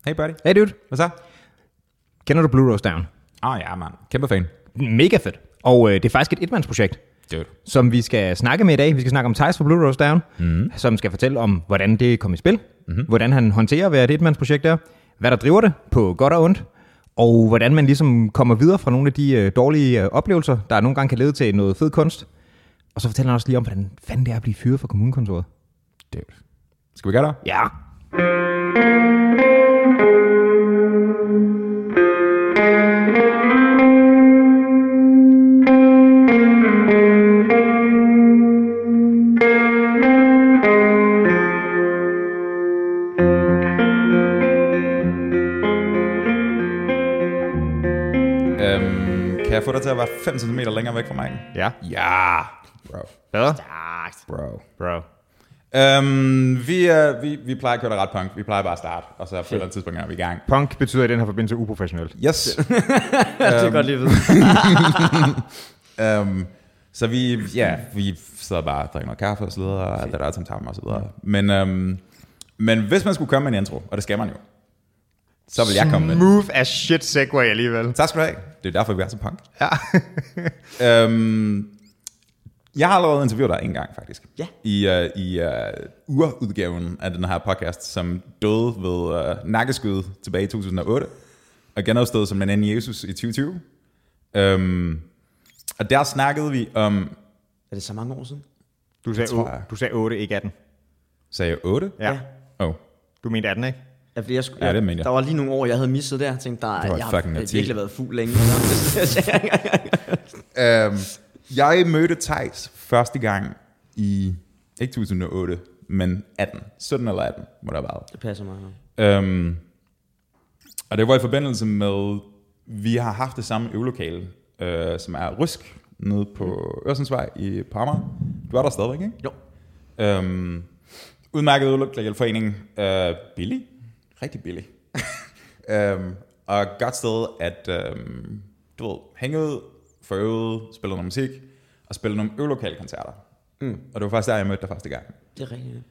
Hey buddy. Hey dude. Hvad så? Kender du Blue Rose Down? Ja, mand. Kæmpe fan. Mega fedt. Og det er faktisk et etmandsprojekt, Dude. som vi skal snakke med i dag. Vi skal snakke om Theis fra Blue Rose Down, som skal fortælle om, hvordan det kom i spil, hvordan han håndterer, hvad et etmandsprojekt er, hvad der driver det på godt og ondt, og hvordan man ligesom kommer videre fra nogle af de dårlige oplevelser, der nogle gange kan lede til noget fed kunst. Og så fortæller han også lige om, hvordan fanden det er at blive fyret fra kommunekontoret. Dude. Skal vi gøre det? Ja. Kan jeg få dig til at være 5 cm længere væk fra mig? Ja. Ja. Bro. Hvad? Bro. Vi plejer at køre det ret punk. Vi plejer bare at starte, og så på et eller andet tidspunkt er vi i gang. Punk betyder i den her forbindelse uprofessionelt. Yes. Det er godt lige ved. Så vi sidder bare og drikker noget kaffe og så videre, og alt det der er tam og så videre. Men hvis man skulle komme med en intro, og det skal man jo, så vil jeg komme med. Smooth as shit segway alligevel. Tak skal du have. Det er derfor, vi er så punk. Ja. Jeg har allerede interviewet dig en gang, faktisk. Ja. I urudgaven af den her podcast, som døde ved nakkeskud tilbage i 2008, og genopstod som den anden Jesus i 2020. Og der snakkede vi om... Er det så mange år siden? Du sagde 8, ikke 18. Sagde jeg 8? Ja. Oh. Du mente 18, ikke? Ja, fordi Ja, det mener jeg. der var lige nogle år, jeg havde misset der. Jeg tænkte, jeg har fucking virkelig været fuld længe. Jeg mødte Theis første gang i, ikke 2008, men 18. 17 eller 18, må det have været. Det passer mig. Og det var i forbindelse med, vi har haft det samme øvelokale, som er Rysk, nede på Øresundsvej i Parma. Du er der stadigvæk, ikke? Jo. Udmærket øvelokalforening. Billig. Rigtig billig. Og godt sted at hænge ud, få øvet, spille noget musik, og spille nogle øvelokale koncerter. Og det var faktisk der, jeg mødte dig første gang. Det er rigtigt.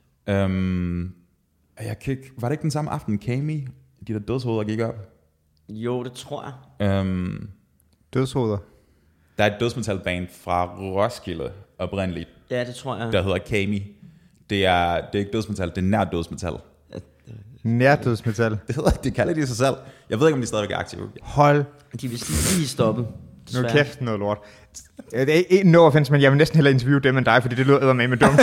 Var det ikke den samme aften, Kami, de der dødshoveder gik op? Jo, det tror jeg. Dødshoveder. Der er et dødsmetalband fra Roskilde oprindeligt, Ja, det tror jeg. der hedder Kami. Det er ikke dødsmetal, det er nær dødsmetal. Nærdødsmetal. Det kalder de sig selv. Jeg ved ikke, om de stadigvæk er aktive. Hold De vil lige stoppe. nu kæft noget lort. Det er ikke no offense, men jeg vil næsten hellere interviewe dem end dig, fordi det lyder eddermame dumt.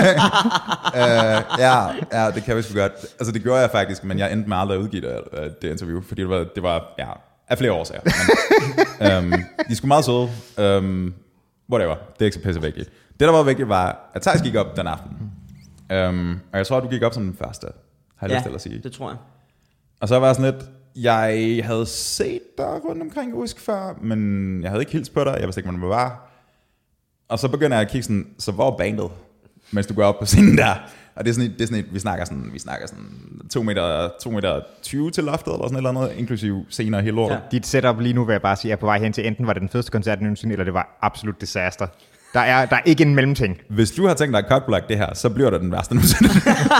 Ja, det kan vi sgu godt. Altså det gjorde jeg faktisk, men jeg endte med aldrig at udgive det interview, fordi det var af flere årsager. Men, de skulle meget søde. Whatever, det er ikke så pisse vigtigt. Det der var vigtigt var, at Theis gik op den aften. Og jeg tror, at du gik op som den første, har jeg lyst til at sige. Det tror jeg. Og så var jeg sådan lidt, jeg havde set dig rundt omkring Rysk før, men jeg havde ikke hilst på dig, jeg vidste ikke, hvordan det var. Og så begynder jeg at kigge sådan, så hvor er bandet, mens du går op på scenen der? Og det er sådan et, vi snakker sådan 2 meter 20 til loftet, eller sådan et eller andet, inklusive scener hele lortet. Ja. Dit setup lige nu, vil jeg bare sige, er på vej hen til, enten var det den første koncert nogensinde, eller det var absolut disaster. Der er ikke en mellemting. Hvis du har tænkt dig at cockblock det her, så bliver det den værste nogensinde.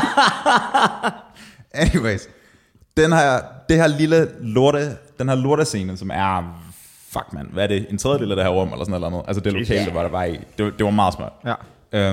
Anyways, den her lortescene, som er, fuck man, hvad er det, en tredjedel af det her rum, eller sådan noget. Altså det lokale, der var der bare i, det var meget smart. Ja.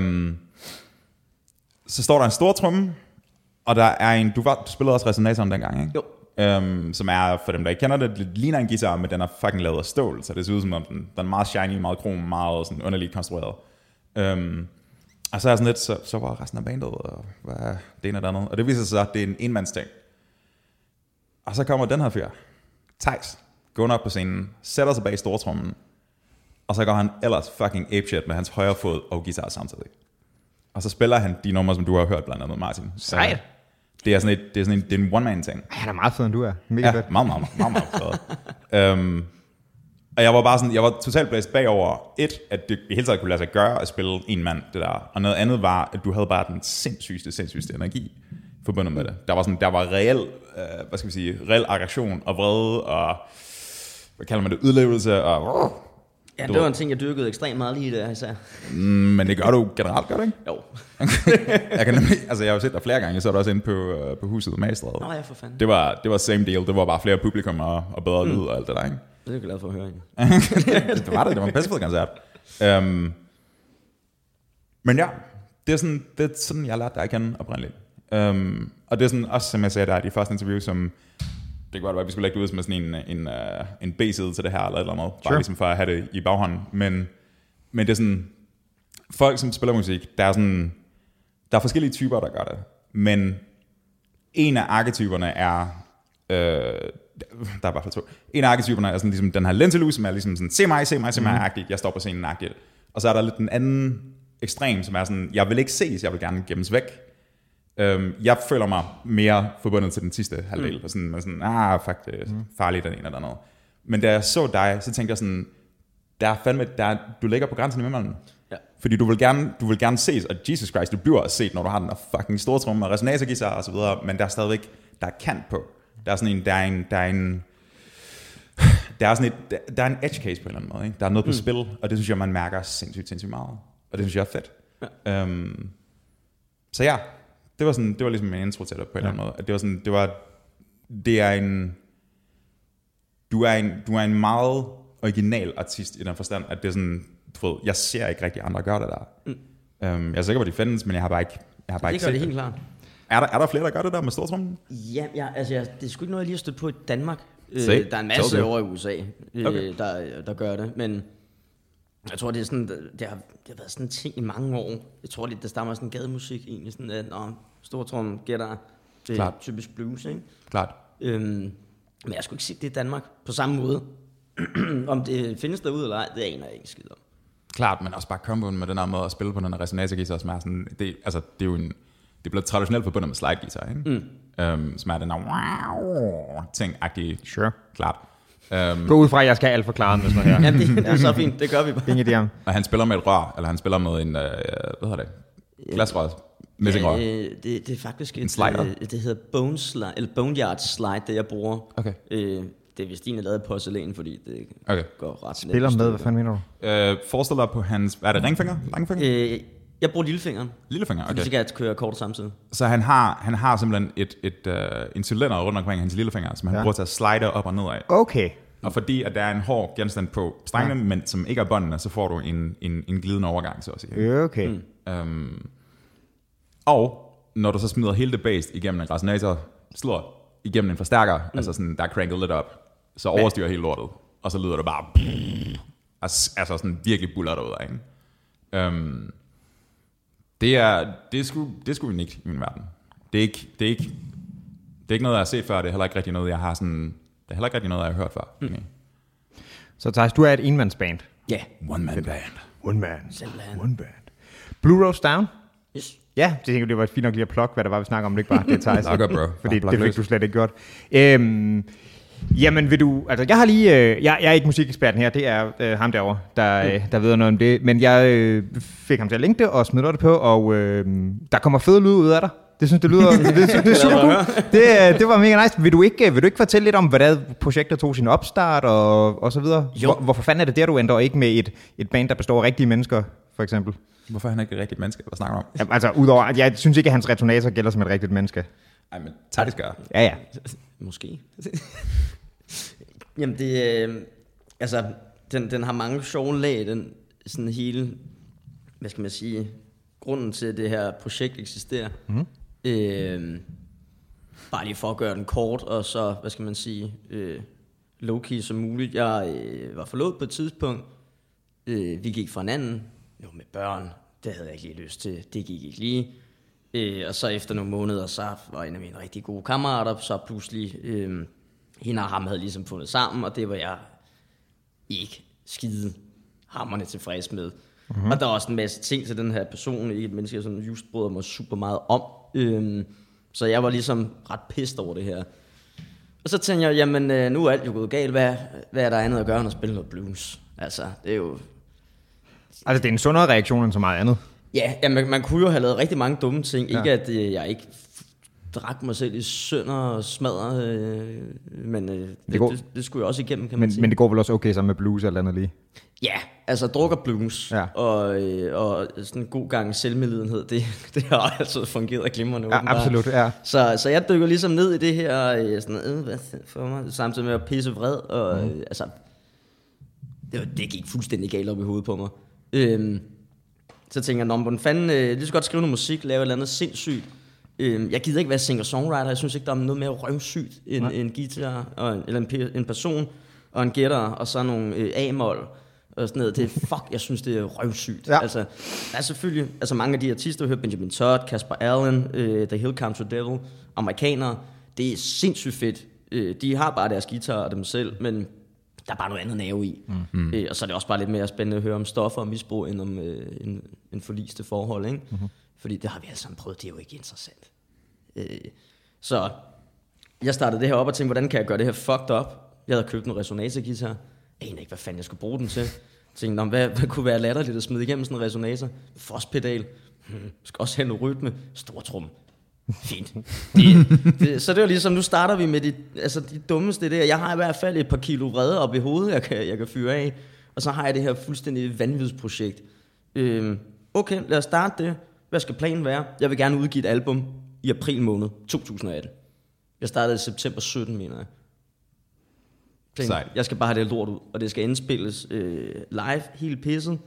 Så står der en stor tromme, og der er en, du spillede også resonatoren dengang, ikke? Jo. Som er, for dem der ikke kender det ligner en guitar, men den er fucking lavet af stål, så det ser ud som om den er meget shiny, meget krom, meget sådan underligt konstrueret. Og så er sådan lidt, så var resten af bandet, og hvad er det ene og det andet. Og det viser sig, at det er en enmandsting. Og så kommer den her fyr, Theis, går op på scenen, sætter sig bag stortrommen, og så går han ellers fucking apeshit med hans højre fod og guitar samtidig. Og så spiller han de numre, som du har hørt blandt andet, Martin. Sejt. Det er en one-man-ting. Han er meget fed, end du er. Mega fedt. Meget fed. Og jeg var bare sådan, jeg var totalt blæst bagover, at det i hele taget kunne lade sig gøre at spille en mand, det der. Og noget andet var, at du havde bare den sindssygste energi forbundet med det. Der var reel aggression og vrede og, hvad kalder man det, udlevelse og Ja, det var en ting, jeg dyrkede ekstremt meget lige der især. Men det gør du generelt, gør det ikke? Jo. Jeg har jo set dig flere gange, så er du også inde på huset i Magstræde. Nå ja, for fanden. Det var same deal, det var bare flere publikum og bedre lyd og alt det der, ikke? Det er jeg glad for at høre, ikke? det var en pissefed koncert. Men ja, det er sådan, jeg lærte dig at kende oprindeligt. Og det er sådan, også som jeg sagde der i de første interview, som det kunne godt være, at vi skulle lægge det ud som sådan en B-side til det her, eller et eller andet, bare ligesom for at have det i baghånden. Men det er sådan, folk som spiller musik, der er forskellige typer, der gør det. Men en af arketyperne er, der er i hvert fald 2. En af arketyperne er sådan ligesom den her lentilus, som er ligesom sådan, se mig-agtigt, jeg står på scenen-agtigt. Og så er der lidt den anden ekstrem, som er sådan, jeg vil ikke ses, jeg vil gerne gemmes væk. Jeg føler mig mere forbundet til den sidste halvdel, og sådan, fuck, det er farligt, den ene eller den anden. Men da jeg så dig, så tænkte jeg sådan, du ligger på grænsen imellem. Ja. Fordi du vil gerne ses, og Jesus Christ, du bliver set, når du har den der fucking store tromme og resonatorguitar og så videre, men der er stadigvæk, der er kant på. Der er sådan der er en edge case på en eller anden måde, ikke? Der er noget på spil, og det synes jeg, man mærker sindssygt meget. Og det synes jeg er fedt. Ja. Så ja, det var ligesom en intro til det på en eller anden måde. At det var sådan, du er en meget original artist i den forstand, at det er sådan, jeg ser ikke rigtig andre gøre det der. Jeg er sikker på, at de findes, men jeg har bare ikke det set det helt klart. Er der flere, der gør det der med stortrummen? Ja, det er sgu ikke noget, jeg lige har stødt på i Danmark. Der er en masse over i USA, der gør det, men jeg tror, det er sådan, det har været sådan en ting i mange år. Jeg tror, det stammer sådan gademusik egentlig, sådan at stortrummen gætter, det er typisk blues, ikke? Klart. Men jeg skulle ikke sige det i Danmark på samme måde. Om det findes derude eller ej, det aner jeg ikke skid om. Klart, men også bare komboen med den her måde at spille på den her resonatorguitar, som er sådan, det er jo det er blevet traditionelt forbundet med slideguitar, ikke? Som er den her ting-agtige. Sure. Klart. Gå ud fra, at jeg skal have alt forklaret med sådan noget her. Ja, det er så fint, det gør vi bare. Ingen idé. Og han spiller med et rør, eller han spiller med en, hvad hedder det? Glasrør. Messingrør. Det er faktisk en slider. Det hedder Boneyard Slide, det jeg bruger. Okay. Det er vist en, jeg lavede i porcelæn, fordi det går ret nemt. Spiller med, hvad fanden mener du? Forestil dig på hans, hvad er det, ringfinger? Langfinger? Jeg bruger lillefingeren. Lillefinger, okay. Fordi så kan jeg køre kort samtidig. Så han har simpelthen en cylinder rundt omkring hans lillefinger, som han bruger til at slide op og nedad. Okay. Og fordi at der er en hård genstand på strengene, men som ikke er båndene, så får du en glidende overgang, så at sige. Okay. Og når du så smider hele det bass igennem en resonator, slår igennem en forstærker, altså sådan, der er cranket lidt op, så overstyrer hele lortet, og så lyder det bare, altså sådan virkelig buller derud, ikke? Det er sgu unikt i min verden. Det er ikke noget, jeg har set før, det er heller ikke rigtig noget, jeg har sådan, det er heller ikke rigtig noget, jeg har hørt før. Okay. Så Thijs, du er et enmandsband. Ja. One-man band. One man. Simpelthen. One band. Blue Rose Down? Yes. Ja, det tænker det var fint nok lige at plukke, hvad der var, vi snakker om, det ikke bare det er Thijs. Lager, bro. Fordi det fik du slet ikke gjort. Jamen vil du, altså jeg har lige, jeg er ikke musikeksperten her, det er ham derovre, der ved noget om det, men jeg fik ham til at linke det og smide det på, og der kommer fede lyd ud af dig. Det synes det lyder, det er super cool. Det var mega nice. Vil du ikke fortælle lidt om, hvordan projektet tog sin opstart og så videre? Hvorfor fanden er det der, du ender ikke med et band, der består af rigtige mennesker, for eksempel? Hvorfor er han ikke et rigtigt menneske? Hvad snakker du om? Jamen, altså, udover, at jeg synes ikke, at hans resonator gælder som et rigtigt menneske. Ej, men tag det skør. Ja. Måske. Jamen det, altså, den har mange sjove lag, den sådan hele, hvad skal man sige, grunden til, at det her projekt eksisterer. Bare lige for at gøre den kort, og så, hvad skal man sige, low-key som muligt. Jeg var forlovet på et tidspunkt. Vi gik fra hinanden. Jo, med børn. Det havde jeg ikke lige lyst til. Det gik ikke lige. Og så efter nogle måneder, så var en af mine rigtig gode kammerater, så pludselig, hende og ham havde ligesom fundet sammen, og det var jeg ikke skide hamrende tilfreds med. Og der er også en masse ting til den her person, ikke et menneske, som just bryder mig super meget om. Så jeg var ligesom ret pissed over det her. Og så tænkte jeg, jamen nu er alt jo gået galt, hvad er der andet at gøre end at spille noget blues? Altså, det er jo... Altså, det er en sundere reaktion end så meget andet. Ja, man kunne jo have lavet rigtig mange dumme ting. Ja. Ikke at jeg ikke drak mig selv i sønder og smadre, men det skulle jeg også igennem, kan man sige. Men det går vel også okay sammen med blues eller andet lige? Ja, altså drukker blues, og sådan en god gang selvmedlidenhed, det har altid fungeret glimrende. Ja, absolut, ja. Så jeg dykker ligesom ned i det her, hvad for mig, samtidig med at pisse vred, og altså, det gik fuldstændig galt op i hovedet på mig. Så tænker jeg, hvordan fanden, lige så godt skrive noget musik, lave et eller andet sindssygt. Jeg gider ikke være singer-songwriter, jeg synes ikke, der er noget mere røvsygt end en guitar, eller en person, og en gætter, og så nogle A-mol, og sådan noget. Jeg synes, det er røvsygt. Ja. Altså, der er selvfølgelig, mange af de artister, vi hører, Benjamin Todd, Casper Allen, The Hill Country Devil, amerikanere, det er sindssygt fedt. De har bare deres guitar og dem selv, men der er bare noget andet nerve i. Og så er det også bare lidt mere spændende at høre om stoffer og misbrug, end om en forliste forhold, ikke? Fordi det har vi alle sammen prøvet, det er jo ikke interessant. Så jeg startede det her op og tænkte, hvordan kan jeg gøre det her fucked up? Jeg havde købt en resonator-guitar. Jeg anede ikke, hvad fanden jeg skulle bruge den til. Jeg tænkte, hvad kunne være latterligt at smide igennem sådan en resonator? Fosspedal. Skal også have noget rytme. Stortrum. Fint. Så det var ligesom, nu starter vi med de dummeste der. Jeg har i hvert fald et par kilo vrede op i hovedet, jeg kan fyre af. Og så har jeg det her fuldstændig vanvidsprojekt. Okay, lad os starte det. Hvad skal planen være? Jeg vil gerne udgive et album i april måned 2018. Jeg startede i september 17, mener jeg. Jeg skal bare have det lort ud, og det skal indspilles live, helt pisset.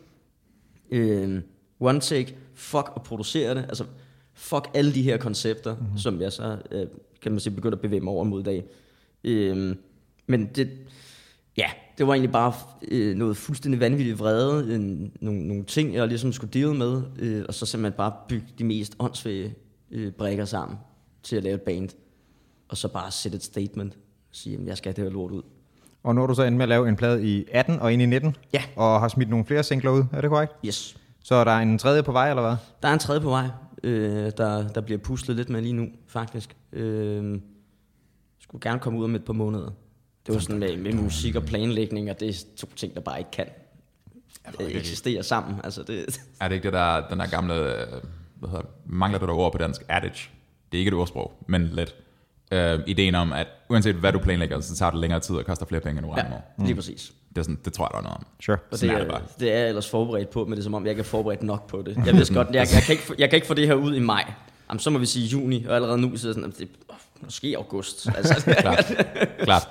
One take, fuck at producere det. Altså, fuck alle de her koncepter, som jeg så, kan man sige, begynder at bevæge mig over mod i dag. Men det var egentlig bare noget fuldstændig vanvittigt vrede, nogle ting, jeg ligesom skulle deal med, og så simpelthen bare bygge de mest åndssvage brækker sammen til at lave et band, og så bare sætte et statement, og sige, jeg skal have det her lort ud. Og nu er du så endt med at lave en plade i 18 og ind i 19, og har smidt nogle flere singler ud, er det korrekt? Yes. Så er der en tredje på vej, eller hvad? Der er en tredje på vej, der bliver puslet lidt med lige nu, faktisk. Skulle gerne komme ud om et par måneder. Det var sådan med musik og planlægning, og det er to ting, der bare ikke kan eksistere sammen. Altså, det... Er det ikke det der, den der gamle, mangler det der ord på dansk, adage? Det er ikke et ordsprog, men lidt. Ideen om, at uanset hvad du planlægger, så tager det længere tid og koster flere penge, end du regner med. Lige præcis. Det tror jeg, der er noget om. Sure. Og det er jeg ellers forberedt på, men det er som om, jeg ikke er forberedt nok på det. Jeg ved godt, jeg kan ikke få det her ud i maj. Jamen, så må vi sige juni, og allerede nu så er sådan, måske august. Altså. Klart.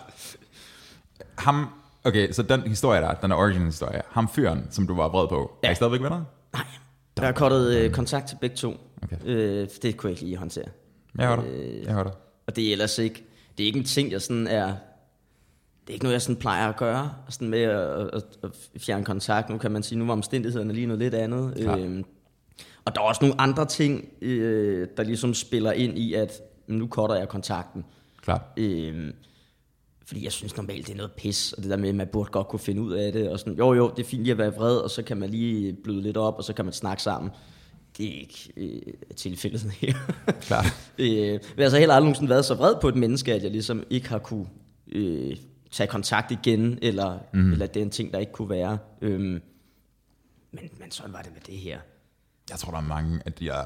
Okay, så den historie der, den er origin-historie, ham fyren, som du var vred på, er I stadigvæk venner? Nej, der er kottet kontakt til begge to. Okay. Det kunne jeg ikke lige håndtere. Jeg hører det. Og det er ellers ikke, det er ikke en ting, jeg sådan er, det er ikke noget, jeg sådan plejer at gøre, sådan med at fjerne kontakt. Nu kan man sige, nu var omstændighederne lige noget lidt andet. Og der er også nogle andre ting, der ligesom spiller ind i, at nu cutter jeg kontakten. Klart. Fordi jeg synes normalt, det er noget pis, og det der med, at man burde godt kunne finde ud af det. Og sådan, jo, det er fint lige at være vred, og så kan man lige bløde lidt op, og så kan man snakke sammen. Det er ikke tilfældet her. Klart. Jeg har altså heller aldrig været så vred på et menneske, at jeg ligesom ikke har kunne tage kontakt igen, eller det er en ting, der ikke kunne være. Men sådan var det med det her. Jeg tror, der er mange,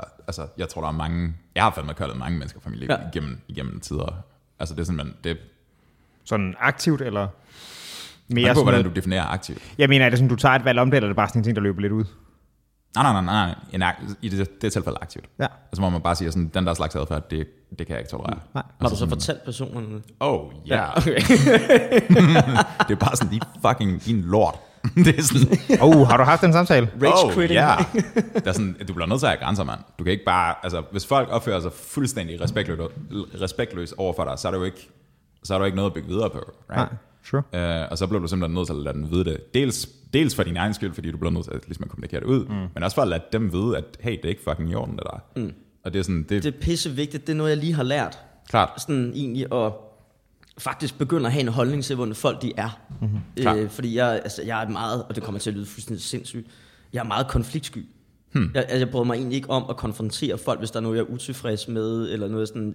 jeg har fandme kaldet mange mennesker fra min liv igennem tider. Altså det er simpelthen, det sådan aktivt, eller mere sådan... på, hvordan du definerer aktivt. Jeg mener, er det sådan, du tager et valg om det, eller er det bare sådan en ting, der løber lidt ud? Nej. I det tilfælde aktivt. Ja. Altså må man bare sige, sådan, den der slags adfærd, det kan jeg ikke tolerere. Nej. Har du så fortalt personerne? Ja. Okay. Det er bare sådan, din lort. Det er sådan... har du haft en samtale? Rage quitting. Ja. Det er sådan, du bliver nødt til at have grænser, mand. Du kan ikke bare... Altså, hvis folk opfører sig fuldstændig respektløst over for dig, så er der jo ikke noget at bygge videre på. Right? Nej, sure. Og så bliver du simpelthen nødt til at lade dem vide det. Dels for din egen skyld, fordi du bliver nødt til at ligesom kommunikere det ud, men også for at lade dem vide, at hey, det er ikke fucking i orden, det der. Og det er sådan... Det er pissevigtigt. Det er noget, jeg lige har lært. Klart. Sådan egentlig at faktisk begynde at have en holdning til, hvordan folk de er. Fordi jeg er meget, og det kommer til at lyde fuldstændig sindssygt, jeg er meget konfliktsky. Jeg bryder mig egentlig ikke om at konfrontere folk, hvis der er noget, jeg er utilfreds med, eller noget sådan...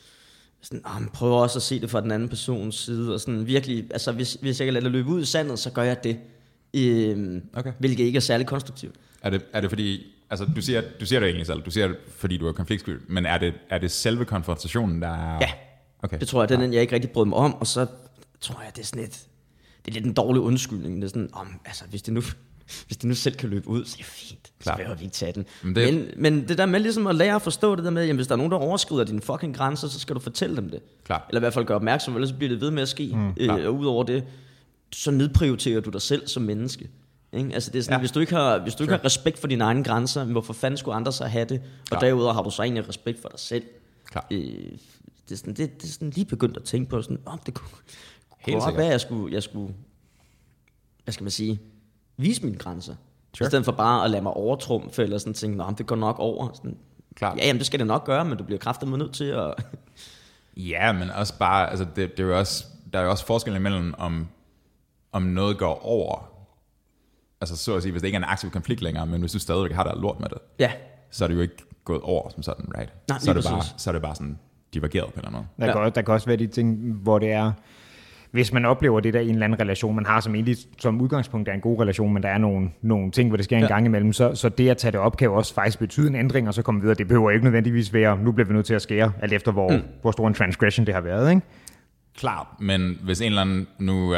Jeg prøver også at se det fra den anden persons side, og sådan virkelig, altså hvis jeg kan lade det løbe ud i sandet, så gør jeg det. Okay. Hvilket ikke er særlig konstruktivt. Er det fordi, altså du siger det egentlig selv, du siger det, fordi du er konfliktsky, men er det selve konfrontationen, der er... Ja, okay. Det tror jeg, det er den, jeg ikke rigtig brød mig om, og så tror jeg, det er sådan det er lidt en dårlig undskyldning. Det er sådan, altså hvis det nu selv kan løbe ud, så er det fint, så behøver vi ikke tage den. Men det der med ligesom at lære at forstå det der med, jamen hvis der er nogen, der overskrider dine fucking grænser, så skal du fortælle dem det. Klart. Eller i hvert fald gøre opmærksom, ellers bliver det ved med at ske. Og udover det, så nedprioriterer du dig selv som menneske. Ikke? Altså det er sådan, hvis du ikke har respekt for dine egne grænser, hvorfor fanden skulle andre så have det? Og derudover har du så egentlig respekt for dig selv. Det er sådan lige begyndt at tænke på sådan, det kunne godt være, jeg skulle, hvad skal man sige, vise mine grænser. I stedet for bare at lade mig overtrumfe, eller sådan tænke, det går nok over. Sådan, jamen det skal det nok gøre, men du bliver kraftedeme nødt til at... Ja, men også bare, altså det er jo også, der er jo også forskel imellem, om noget går over, altså så at sige, hvis det ikke er en aktiv konflikt længere, men hvis du stadigvæk har der lort med det, så er det jo ikke gået over som sådan, right? Nej, så er det bare sådan divergeret på en eller anden måde. Der kan også være de ting, hvor det er, hvis man oplever det der i en eller anden relation, man har som egentlig som udgangspunkt er en god relation, men der er nogle ting, hvor det sker en gang imellem, så det at tage det op kan jo også faktisk betyde en ændring, og så komme videre. Det behøver ikke nødvendigvis være, nu bliver vi nødt til at skære, alt efter hvor stor en transgression det har været, ikke? Klart, men hvis en eller anden,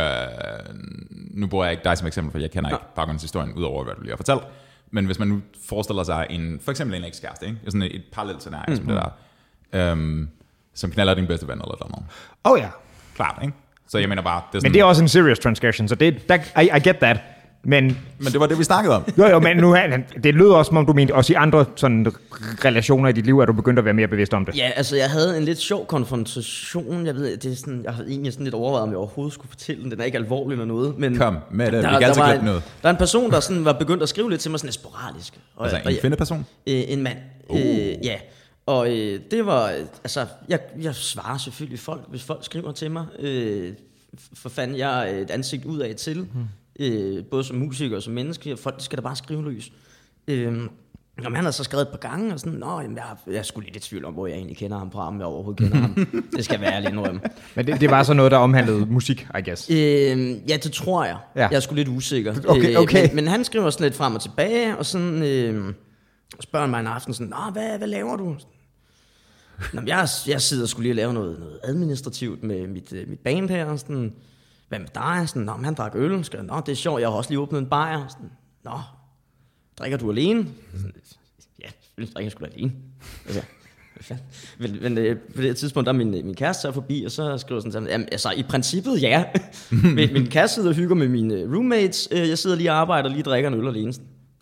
nu bruger jeg ikke dig som eksempel, for jeg kender ikke baggrundshistorien, udover hvad du lige har fortalt, men hvis man nu forestiller sig for eksempel en ekskæreste, ikke? Sådan et parallelt scenarie, som det der, som knaller din bedste ven eller noget. Ja. Klart, ikke? Så jeg mener bare... Men det er også en serious transgression, så I get that. Men det var det, vi snakkede om. Jo, men nu det lød også, som om du mente, også i andre sådan relationer i dit liv, er du begyndt at være mere bevidst om det. Ja, altså jeg havde en lidt sjov konfrontation. Jeg ved, det er sådan, jeg har egentlig sådan lidt overvejet, om jeg overhovedet skulle fortælle den. Den er ikke alvorlig eller noget. Men kom med det, vi kan altid klippe noget. Der er en person, der sådan var begyndt at skrive lidt til mig sådan lidt sporadisk. Altså en kvindeperson? En mand. Ja. Og det var, altså, jeg svarer selvfølgelig folk, hvis folk skriver til mig. For fanden, jeg er et ansigt udad til. Både som musiker og som menneske. Folk, de skal da bare skrive løs. Jamen, han har så skrevet et par gange, og sådan, jamen, jeg er sgu lidt i tvivl om, hvor jeg egentlig kender ham fra, om jeg overhovedet kender ham. Det skal være lidt indrømme. Men det var så noget, der omhandlede musik, I guess? Ja, det tror jeg. Ja. Jeg er sgu lidt usikker. Okay. Men han skriver sådan lidt frem og tilbage, og sådan spørger mig en aften sådan, hvad laver du? Nå, jeg sidder sgu lige og laver noget administrativt med mit band her, og sådan, hvad med dig? Sådan, han drak øl. Nå, det er sjovt, jeg har også lige åbnet en bajer. Sådan, nå, drikker du alene? Sådan, ja, selvfølgelig drikker jeg sgu da alene. Altså, men på det tidspunkt, der er min kæreste så forbi, og så skriver sådan, jamen, altså i princippet ja. Min kæreste sidder og hygger med mine roommates. Jeg sidder lige og arbejder og lige drikker en øl alene.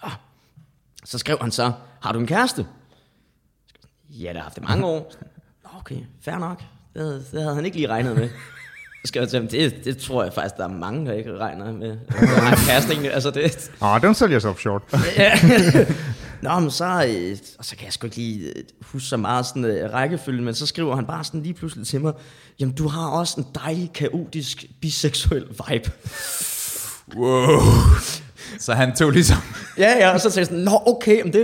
Så skrev han så, har du en kæreste? Ja, det har haft det mange år. Okay, fair nok. Det havde han ikke lige regnet med. Så skal jeg sige, det tror jeg faktisk, der er mange, der ikke regner med. Casting, altså det. Don't sell yourself short. Nå, men så kan jeg sgu ikke lige huske så meget sådan rækkefølge, men så skriver han bare sådan lige pludselig til mig, jamen du har også en dejlig, kaotisk, biseksuel vibe. Wow. Så han tog ligesom... Ja, og så sagde jeg sådan, nå okay, men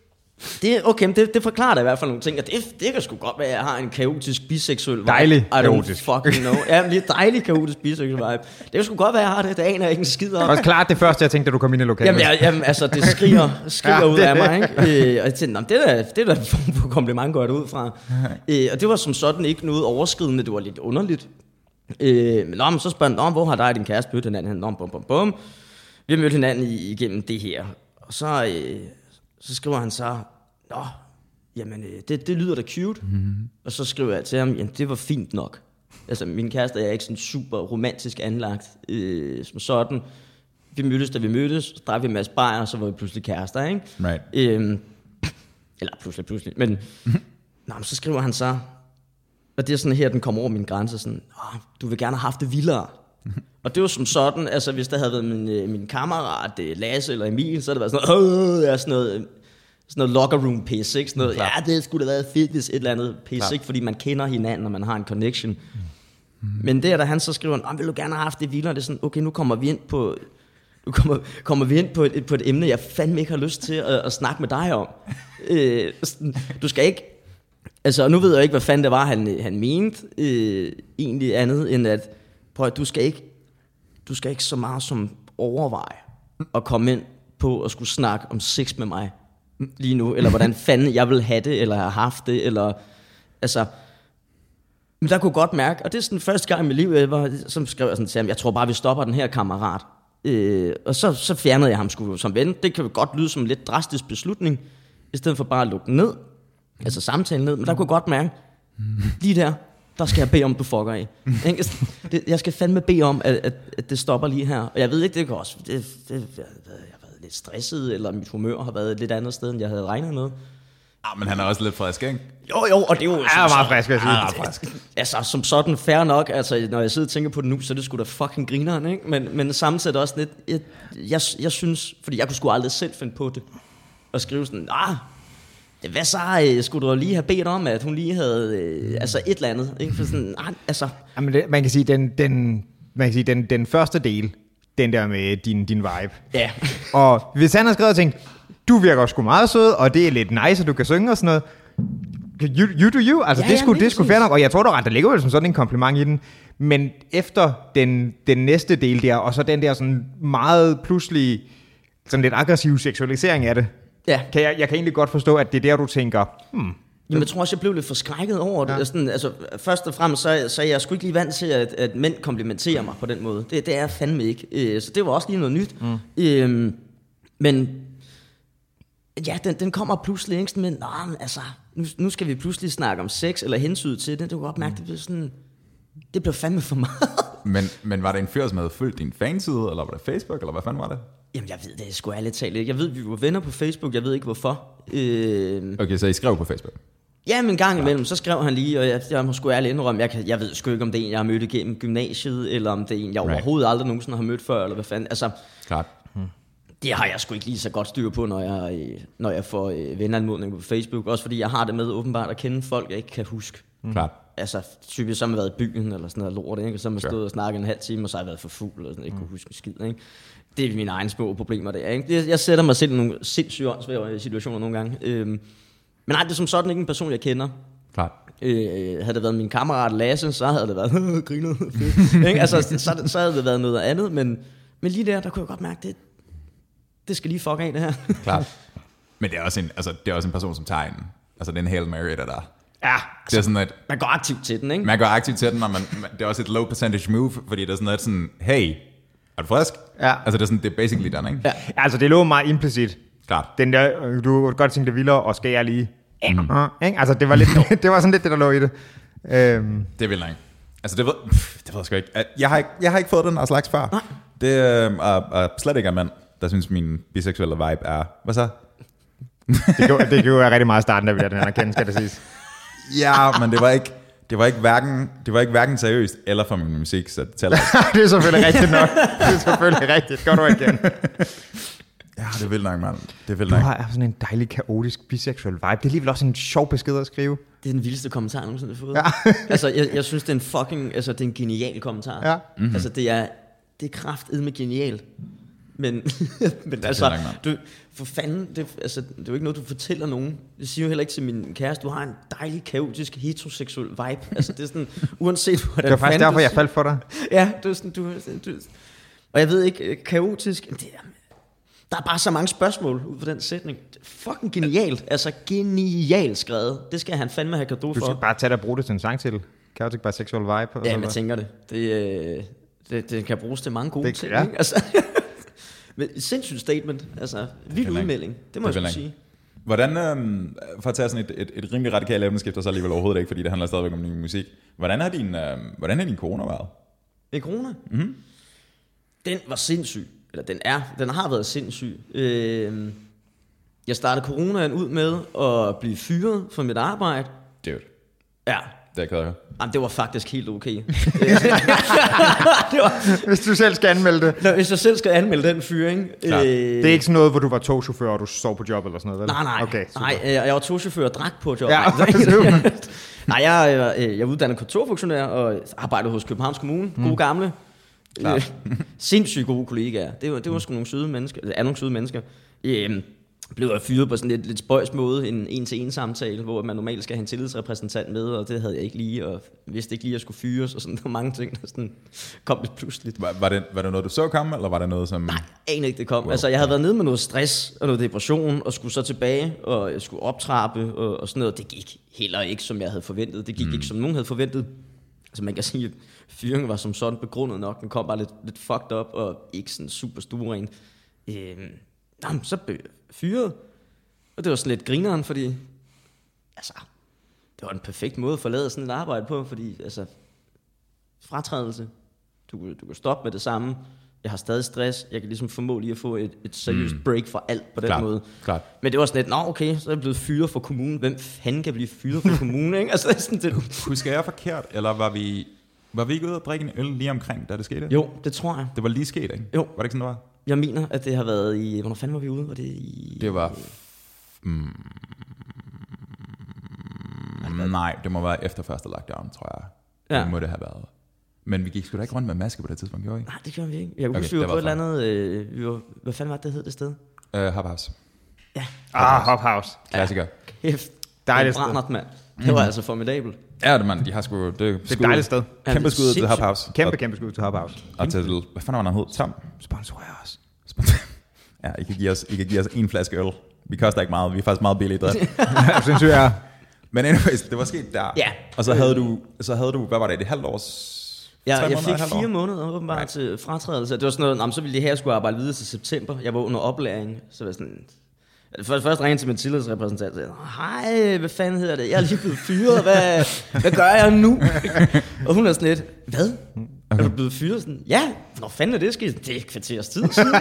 det forklarer da i hvert fald nogle ting, og det kan sgu godt være, at jeg har en kaotisk biseksuel vibe. Dejlig kaotisk. Fucking know. Ja, lige dejlig kaotisk biseksuel vibe. Det kan sgu godt være, at jeg har det. Det aner jeg ikke en skid om. Det var klart det første, jeg tænkte, da du kom ind i lokalet. Jamen altså, det skriger ud af mig, ikke? Og jeg tænkte, det er da en form for kompliment godt ud fra. Og det var som sådan ikke noget overskridende, det var lidt underligt. Men så spørger han, hvor har dig og din kæreste mødt hinanden? Bum. Vi har mødt hinanden igennem det her. Og så skriver han så, jamen det lyder da cute. Og så skriver jeg til ham, jamen det var fint nok. Altså min kæreste er ikke sådan super romantisk anlagt som sådan. Vi mødtes, da vi mødtes, så drak vi en masse bajer, og så var vi pludselig kærester, ikke? Right. Eller pludselig, men så skriver han så, og det er sådan her, den kommer over min grænse, sådan, du vil gerne have haft det vildere. Og det var som sådan, altså hvis der havde været min kammerat Lasse eller Emil, så havde det været sådan noget locker room pis, ikke? Sådan noget, det skulle da været fedt, hvis et eller andet pis, ikke? Fordi man kender hinanden, og man har en connection. Men der han så skriver, vil du gerne have haft det vildere? Det er sådan, okay, nu kommer vi ind på et emne, jeg fandme ikke har lyst til at snakke med dig om. Du skal ikke, altså nu ved jeg ikke, hvad fanden det var, han mente, egentlig andet end at, prøv at du skal ikke så meget som overveje at komme ind på at skulle snakke om sex med mig, lige nu, eller hvordan fanden jeg vil have det, eller have haft det, eller altså. Men der kunne godt mærke, og det er sådan første gang i mit liv, som skrev jeg sådan til ham, jeg tror bare, vi stopper den her kammerat. Og så fjernede jeg ham sgu som ven. Det kan jo godt lyde som en lidt drastisk beslutning, i stedet for bare at lukke den ned, altså samtalen ned, men der kunne godt mærke, lige der skal jeg bede om, du fucker af. Jeg skal fandme bede om, at det stopper lige her. Og jeg ved ikke, det kan også, jeg har været lidt stresset, eller mit humør har været et lidt andet sted, end jeg havde regnet med. Men han er også lidt frisk, ikke? Jo, og det er jo meget frisk, vil jeg sige. Altså, som sådan fair nok, altså, når jeg sidder og tænker på det nu, så er det sgu da fucking grineren, ikke? Men samtidig også lidt, jeg synes, fordi jeg kunne sgu aldrig selv finde på det, og skrive sådan, hvad så, skulle du lige have bedt om, at hun lige havde, altså et eller andet, ikke? For sådan, altså. Jamen, man kan sige, den første del, den der med din vibe. Ja. Og hvis han har skrevet og tænkt, du virker sgu meget sød, og det er lidt nice, at du kan synge og sådan noget. You do you. Altså, det er sgu fair nok. Og jeg tror da ret, der ligger vel som sådan en kompliment i den. Men efter den næste del der, og så den der sådan meget pludselig, sådan lidt aggressiv seksualisering af det. Ja. Jeg kan egentlig godt forstå, at det er der, du tænker, Jamen, jeg tror også, jeg blev lidt forskrækket over det. Sådan, altså, først og fremmest, så er jeg sgu ikke lige vant til, at mænd komplimenterer mig på den måde. Det er jeg fandme ikke. Så det var også lige noget nyt. Men ja, den kommer pludselig, ikke? Men altså, nu skal vi pludselig snakke om sex, eller hensyn til det. Du kan godt mærke, det blev fandme for meget. Men var det en fyr, som havde fulgt din fanside, eller var det Facebook, eller hvad fanden var det? Jamen, jeg ved det sgu ærligt talt ikke. Jeg ved, vi var venner på Facebook, jeg ved ikke hvorfor. Okay, så I skrev på Facebook? Ja, men en gang imellem, så skrev han lige, og jeg må sgu ærligt indrømme, jeg ved sgu ikke, om det er en, jeg har mødt igennem gymnasiet, eller om det er en, jeg overhovedet aldrig nogensinde har mødt før, eller hvad fanden. Altså, klart. Det har jeg sgu ikke lige så godt styr på, når jeg får venneanmodninger på Facebook. Også fordi jeg har det med åbenbart at kende folk, jeg ikke kan huske. Klart. Altså typisk så har man været i byen eller sådan noget lort, ikke? Og så har man stået og snakket en halv time, og så har jeg været for fuld og sådan, ikke kunne huske en skid, ikke? Det er mine egne små problemer der, ikke? Jeg sætter mig selv i nogle sindssygt åndssvære situationer nogle gange. Men nej, det er som sådan ikke en person, jeg kender. Klart. Havde det været min kammerat Lasse, så havde det været griner. Altså, så havde det været noget andet, men lige der kunne jeg godt mærke, det skal lige fuck af det her. Klart. Men det er også en person, som tager en. Altså, det er en Hail Mary, der. Ja, det er sådan, at man går aktivt til den, ikke? Man går aktivt til den, og det er også et low percentage move, fordi det er sådan, hey, er du frisk? Ja. Altså, det er sådan, det er basically done, ikke? Ja. Altså, det lå meget implicit. Klart. Den der, du kunne godt tænke det vildere, og skal jeg lige. Ikke? Altså, det var lidt, det var sådan lidt det, der lå i det. Det vil jeg. Altså, det ved jeg sgu ikke. Jeg har ikke fået den af slags før. Nej. Det er slet ikke en mand, der synes, min biseksuelle vibe er. Hvad så? det gjorde jeg rigtig meget i starten, da vi lærte den anerkendelse, skal det siges. Ja, men det var ikke hverken seriøst eller for min musik, så det tæller. Det er selvfølgelig rigtigt nok. Det er selvfølgelig rigtigt. Godt ord igen. Ja, det er vildt nok, mand. Det er vildt nok. Du har sådan en dejlig, kaotisk, biseksuel vibe. Det er alligevel også en sjov besked at skrive. Det er den vildeste kommentar, jeg nogensinde har fået. Ja. Altså, jeg synes, det er en genial kommentar. Ja. Mm-hmm. Altså, det er kraftedme genialt. Men altså, for fanden, det er jo ikke noget, du fortæller nogen. Det siger jo heller ikke til min kæreste, du har en dejlig, kaotisk, heteroseksuel vibe. Altså, det er sådan, uanset hvordan det var faktisk derfor, jeg faldt for dig. Ja, det er sådan, du og jeg ved ikke, kaotisk, der er bare så mange spørgsmål ud fra den sætning. Fucking genialt, altså genialt skrevet. Det skal han fandme have cadeau for. Du skal bare tage det og bruge det til en sangtitel. Chaotic Bisexual Vibe. Ja, jeg tænker det kan bruges til mange gode ting, ikke? Altså, sindssygt statement, altså vild udmelding, det må jeg skulle sige. Hvordan, for at tage sådan et rimelig radikalt emneskift, og så alligevel overhovedet ikke, fordi det handler stadigvæk om din musik. Hvordan har din corona været? Min corona? Mm-hmm. Den var sindssyg, eller den har været sindssyg. Jeg startede coronaen ud med at blive fyret fra mit arbejde. Dude. Ja. Det kan jeg. Jamen, det var faktisk helt okay. Hvis du selv skal anmelde det. Nå, hvis jeg selv skal anmelde den fyring. Det er ikke sådan noget, hvor du var togchauffør, og du sov på job eller sådan noget, vel? Nej. Okay, nej, jeg var togchauffør og drak på job. Ja, nej, jeg er uddannet kontorfunktionær og arbejdede hos Københavns Kommune. Gode gamle. Sindssygt gode kollegaer. Det var sgu nogle søde mennesker. Nogle søde mennesker. blev jeg fyret på sådan lidt spøjs måde, en en-til-en samtale, hvor man normalt skal have en tillidsrepræsentant med, og det havde jeg ikke lige, og vidste ikke lige, at jeg skulle fyres, og sådan der mange ting, der sådan kom lidt pludseligt. Var det noget, du så komme, eller var det noget, som... Nej, aner ikke, det kom. Wow. Altså, jeg havde været nede med noget stress og noget depression, og skulle så tilbage, og jeg skulle optrappe, og sådan noget. Det gik heller ikke, som jeg havde forventet. Det gik ikke, som nogen havde forventet. Altså, man kan sige, at fyringen var som sådan begrundet nok. Den kom bare lidt fucked up, og ikke sådan super stueren. Så blev jeg fyret, og det var sådan lidt grineren, fordi altså, det var en perfekt måde at forlade sådan et arbejde på, fordi altså, fratrædelse, du kan stoppe med det samme, jeg har stadig stress, jeg kan ligesom formå lige at få et seriøst break fra alt på den måde. Klart. Men det var sådan lidt, okay, så er jeg blevet fyret fra kommunen, hvem fanden kan blive fyret fra kommunen, ikke? Altså, sådan det. Husker jeg forkert, eller var vi ikke ude at drikke en øl lige omkring, da det skete? Jo, det tror jeg. Det var lige sket, ikke? Jo. Var det ikke sådan, det var? Jeg mener, at det har været i... Hvornår fanden var vi ude? Var det i... Det var... Nej, det må være efter første lockdown, tror jeg. Ja. Det må det have været. Men vi gik sgu da ikke rundt med maske på det tidspunkt, gjorde vi? Nej, det gjorde vi ikke. Jeg kunne huske, vi var på et eller andet... hvad fanden var det hed det sted? Hop House. Ja. Hop House. Klassiker. Kæft. Dejligt sted. Brændert, mand. Det var altså formidabelt. Ja, det mand, de har sgu... Det er et dejligt sted. Kæmpe skud til Hop House. Kæmpe skud til Hop House. Og til... Hvad fanden var han hed? Tom? Sponsorer os. Ja, I kan give os en flaske øl. Vi koster ikke meget. Vi er faktisk meget billige i drift. Synes jeg. Men anyways, det var sket der. Ja. Og så havde du, hvad var det, et halvt års... Ja, jeg fik 4 måneder åbenbart til fratrædelse. Det var sådan noget, så ville det her skulle arbejde videre til september. Jeg var under oplæring, så var sådan... Først ringede til min tillidsrepræsentant og sagde, hej, hvad fanden hedder det? Jeg er lige blevet fyret, hvad gør jeg nu? Og hun er sådan lidt, hvad? Okay. Er du blevet fyret? Sådan, ja, hvornår fanden er det sket? Det er et kvarters tid siden.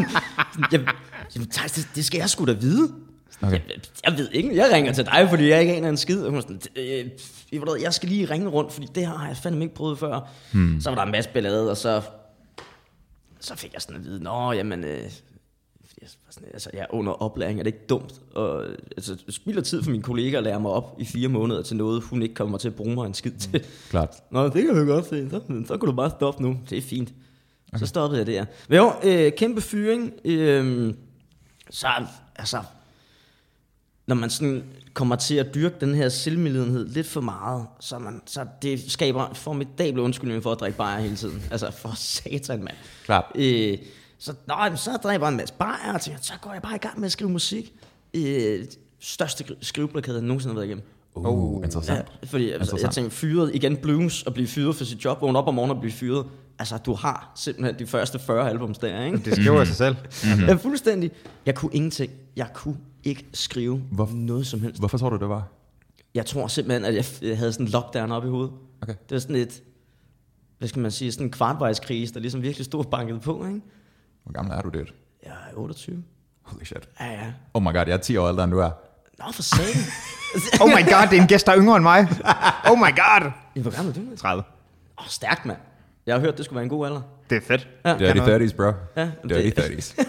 Det skal jeg sgu da vide. Okay. Jeg ved ikke, jeg ringer til dig, fordi jeg ikke aner en skid. Og hun er sådan, jeg skal lige ringe rundt, fordi det har jeg fandme ikke prøvet før. Så var der en masse ballade, og så fik jeg sådan at vide, jamen... Altså, jeg er under oplæring, er det ikke dumt? Og, altså, jeg spilder tid for mine kolleger at lære mig op i 4 måneder til noget, hun ikke kommer til at bruge mig en skid til. Klart. Nå, det kan jeg godt se. Så kan du bare stoppe nu. Det er fint. Okay. Så stoppede jeg der. Men jo, kæmpe fyring. Så altså, når man sådan kommer til at dyrke den her selvmedlidenhed lidt for meget, så det skaber en formidabel undskyldning for at drikke bajer hele tiden. Altså, for satan, mand. Klart. Så dræber jeg en masse bajer, og tænker, så går jeg bare i gang med at skrive musik. Største skriveblokade, jeg nogensinde har været igennem. Interessant. Ja, fordi jeg tænkte, fyret igen blues, og blive fyret for sit job, vågne op om morgenen og blive fyret. Altså, du har simpelthen de første 40 albums der, ikke? Det skriver sig selv. Mm-hmm. Ja, fuldstændig. Jeg kunne ingenting. Jeg kunne ikke skrive noget som helst. Hvorfor tror du, det var? Jeg tror simpelthen, at jeg havde sådan en lockdown op i hovedet. Okay. Det var sådan et, hvad skal man sige, sådan en kvartvejskrise, der ligesom virkelig stod banket på, ikke? Hvor gammel er du, det? Jeg er 28. Holy shit. Ja. Oh my god, jeg er 10 år ældre, end du er. Nå, for satan. Oh my god, det er en gæst, der er yngre end mig. Oh my god. Hvor gammel er du? 30. Stærkt, mand. Jeg har hørt, det skulle være en god alder. Det er fedt. Ja. Dirty 30's, bro. Ja, Dirty 30's.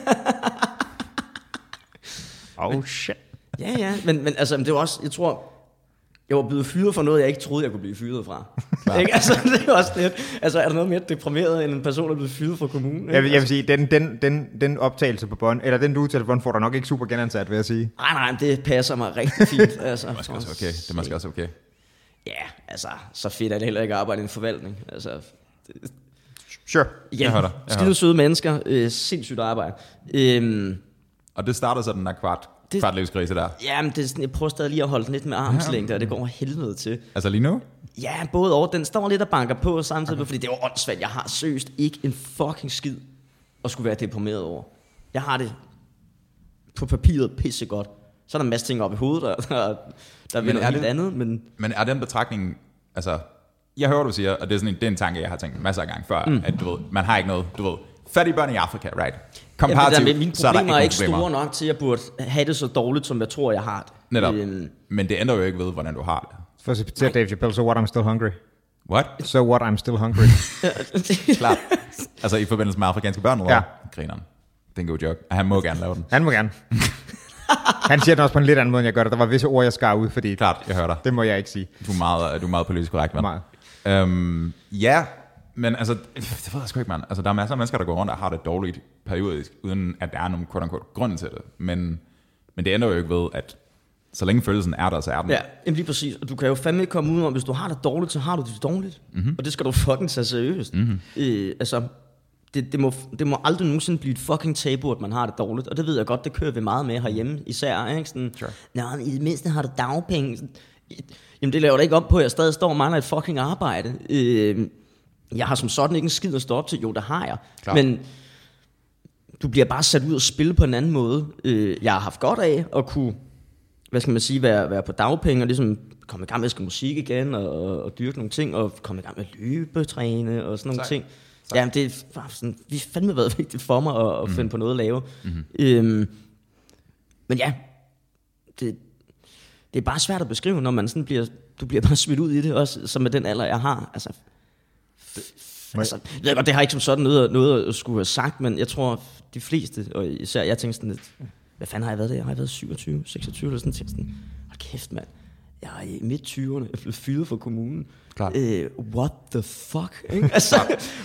Oh shit. Ja, men altså, det var også, jeg tror, jeg var blevet fyret for noget, jeg ikke troede, jeg kunne blive fyret fra. Ikke? Altså, det er også lidt. Altså, er der noget mere deprimeret, end en person, der er blevet fyret fra kommunen? Jeg vil sige, den optagelse på bånd, eller den du udtalte på bånd, får der nok ikke super genansat, vil jeg sige. Nej, det passer mig rigtig fint. Altså, det er måske også okay. Det er måske også okay. Ja, altså, så fedt er det heller ikke at arbejde i en forvaltning. Altså, sure. Igen, skide søde mennesker, sindssygt arbejde. Og det starter så den der kvartlivskrise der? Jamen, det er sådan, jeg prøver stadig lige at holde den lidt med armslængde, og det går helvede til. Altså lige nu? Ja, både over. Den står lidt og banker på samtidig, okay. Fordi det er jo åndssvagt. Jeg har seriøst ikke en fucking skid at skulle være deprimeret over. Jeg har det på papiret pissegodt. Så er der en masse ting op i hovedet, der vil noget helt andet. Men er den betragtning, altså, jeg hører, du siger, og det er en tanke, jeg har tænkt masser af gange før, at du ved, man har ikke noget, du ved, fattige børn i Afrika, right? Komparativt, mine problemer er ikke store nok til, at jeg burde have det så dårligt, som jeg tror, jeg har det. Netop. Men det ændrer jo ikke ved, hvordan du har det. For at citere Dave Chappelle, so what, I'm still hungry. What? So what, I'm still hungry. Klart. Altså i forbindelse med afrikanske børn, eller? Ja. Grineren. Det er en god joke. Han må gerne lave den. Han må gerne. Han siger den også på en lidt anden måde, end jeg gør det. Der var visse ord, jeg skar ud, fordi... Klart, jeg hører dig. Det må jeg ikke sige. Du er meget politisk korrekt, mand. Meget. Ja, men altså, det ved jeg sgu ikke, mand. Altså, der er masser af mennesker, der går rundt og har det dårligt periodisk, uden at der er nogen quote-unquote grund til det. Men Men det ændrer jo ikke ved, at så længe følelsen er der, så er den. Ja, lige præcis. Og du kan jo fandme ikke komme ud om, hvis du har det dårligt, så har du det dårligt. Mm-hmm. Og det skal du fucking tage seriøst. Mm-hmm. Altså, det må aldrig nogensinde blive et fucking tabu, at man har det dårligt. Og det ved jeg godt, det kører vi meget med herhjemme især. Ikke? Sådan, sure. Nå, i det mindste har du dagpenge. Jamen, det laver da ikke op på, at jeg stadig står og mangler et fucking arbejde. Jeg har som sådan ikke en skid at stå op til. Jo, det har jeg. Klar. Men du bliver bare sat ud og spille på en anden måde. Jeg har haft godt af at kunne, hvad skal man sige, være på dagpenge og ligesom komme i gang med at skrive musik igen og dyrke nogle ting og komme i gang med at løbetræne og sådan nogle ting. Jamen, det er sådan, vi fandme været vigtigt for mig at finde på noget at lave. Mm-hmm. Men ja, det er bare svært at beskrive, når man sådan du bliver bare smidt ud i det, også som med den alder, jeg har. Altså, jeg ved godt, det har ikke som sådan noget at skulle have sagt, men jeg tror, de fleste, og især jeg tænkte sådan lidt, hvad fanden har jeg været der? Jeg har været 27, 26 eller sådan, hold kæft mand, jeg er i midt-20'erne, jeg er blevet fyret fra kommunen. What the fuck? Ikke? Altså,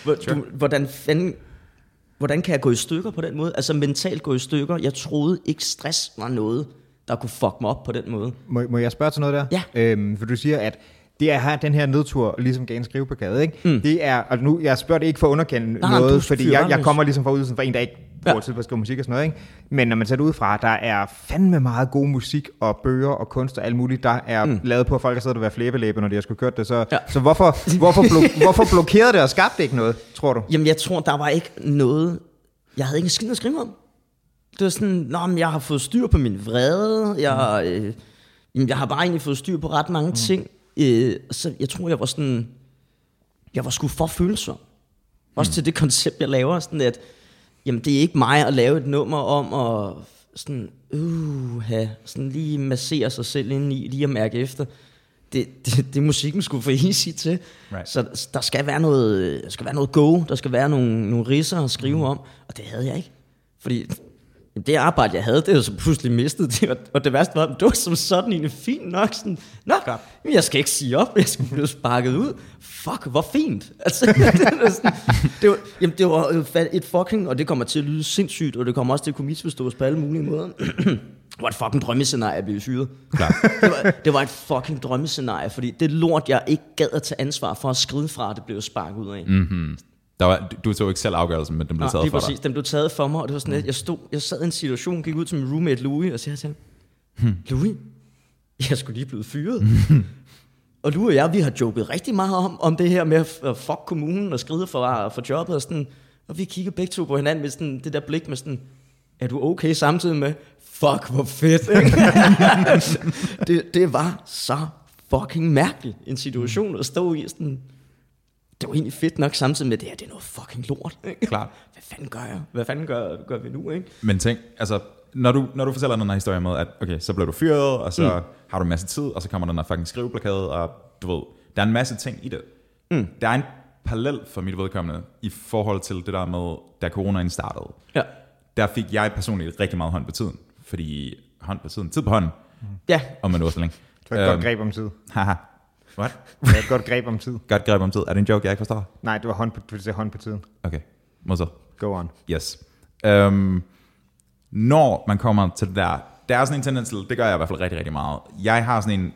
hvordan kan jeg gå i stykker på den måde? Altså mentalt gå i stykker. Jeg troede ikke stress var noget, der kunne fuck mig op på den måde. Må jeg spørge til noget der? Ja. For du siger, at det er den her nedtur, ligesom gav en skriveplakade, ikke? Mm. Det er, og nu, jeg spørger det ikke for at underkende noget, fordi jeg kommer ligesom fra udelsen for en, der ikke bruger tid på at skrive musik og sådan noget, ikke? Men når man ser det ud fra, der er fandme meget god musik og bøger og kunst og alt muligt, der er lavet på, at folk har siddet og været flæbelæbe, når de har skulle kørt det. Så hvorfor blokerede det og skabte ikke noget, tror du? Jamen, jeg tror, der var ikke noget. Jeg havde ikke en skid at skrive om. Det var sådan, jeg har fået styr på min vrede. Jeg har bare egentlig fået styr på ret mange ting. Så jeg tror, jeg var sgu for følsom. Også til det koncept, jeg laver, sådan at, jamen det er ikke mig at lave et nummer om at sådan, sådan lige massere sig selv indeni, lige at mærke efter. Det musikken skulle for easy til. Right. Så der skal være noget go, der skal være nogle ridser at skrive om, og det havde jeg ikke. Fordi det arbejde, jeg havde, det havde så pludselig mistet det, og det værste var, det var som sådan egentlig fint nok. Sådan, men jeg skal ikke sige op, jeg skal blive sparket ud. Fuck, hvor fint. Altså, det var et fucking, og det kommer til at lyde sindssygt, og det kommer også til at kunne misforstås på alle mulige måder. Det var et fucking drømmescenarie at blive fyret. Det var et fucking drømmescenarie, fordi det lort, jeg ikke gad at tage ansvar for at skride fra, det blev sparket ud af. Mm-hmm. Du tog ikke selv afgørelsen, men den blev taget for præcis, den blev taget for mig, og det var sådan lidt, jeg sad i en situation, gik ud til min roommate Louis, og siger til ham, Louis, jeg skulle lige blevet fyret. Og Louis og jeg, vi har joket rigtig meget om det her med at fuck kommunen og skride for jobbet og sådan, og vi kigger begge to på hinanden med sådan, det der blik med sådan, er du okay samtidig med, fuck hvor fedt, det var så fucking mærkeligt en situation at stå i sådan. Det var egentlig fedt nok samtidig med det her, det er noget fucking lort. Ikke? Klart. Hvad fanden gør jeg? Hvad fanden gør vi nu, ikke? Men tænk, altså, når du fortæller den her historie med, at okay, så bliver du fyret, og så har du en masse tid, og så kommer den her fucking skriveplakade, og du ved, der er en masse ting i det. Der er en parallel for mit vedkommende, i forhold til det der med, da coronaen startede. Ja. Der fik jeg personligt rigtig meget hånd på tiden, fordi tid på hånden, om man nu så længe. Det var et godt greb om tid. Haha. What? Det er et godt greb om tid. Godt greb om tid. Er det en joke, jeg ikke forstår? Nej, det var hånd på tiden. Okay, så. Go on. Yes. Når man kommer til det der er sådan en tendens til, det gør jeg i hvert fald rigtig, rigtig meget. Jeg har sådan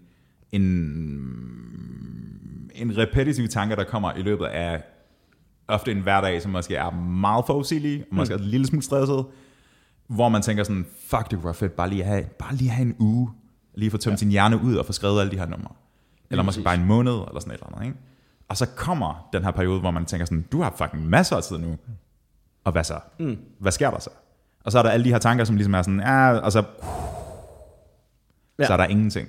en repetitiv tanke, der kommer i løbet af ofte en hverdag, som måske er meget forudsigelig, og måske er en lille smule stresset, hvor man tænker sådan, fuck, det kunne være fedt, bare lige have en uge, lige få tømt sin hjerne ud og få skrevet alle de her numre. Eller måske bare en måned, eller sådan et eller andet, ikke? Og så kommer den her periode, hvor man tænker sådan, du har fucking masser af tid nu. Og hvad så? Hvad sker der så? Og så er der alle de her tanker, som ligesom er sådan, og så er der ingenting.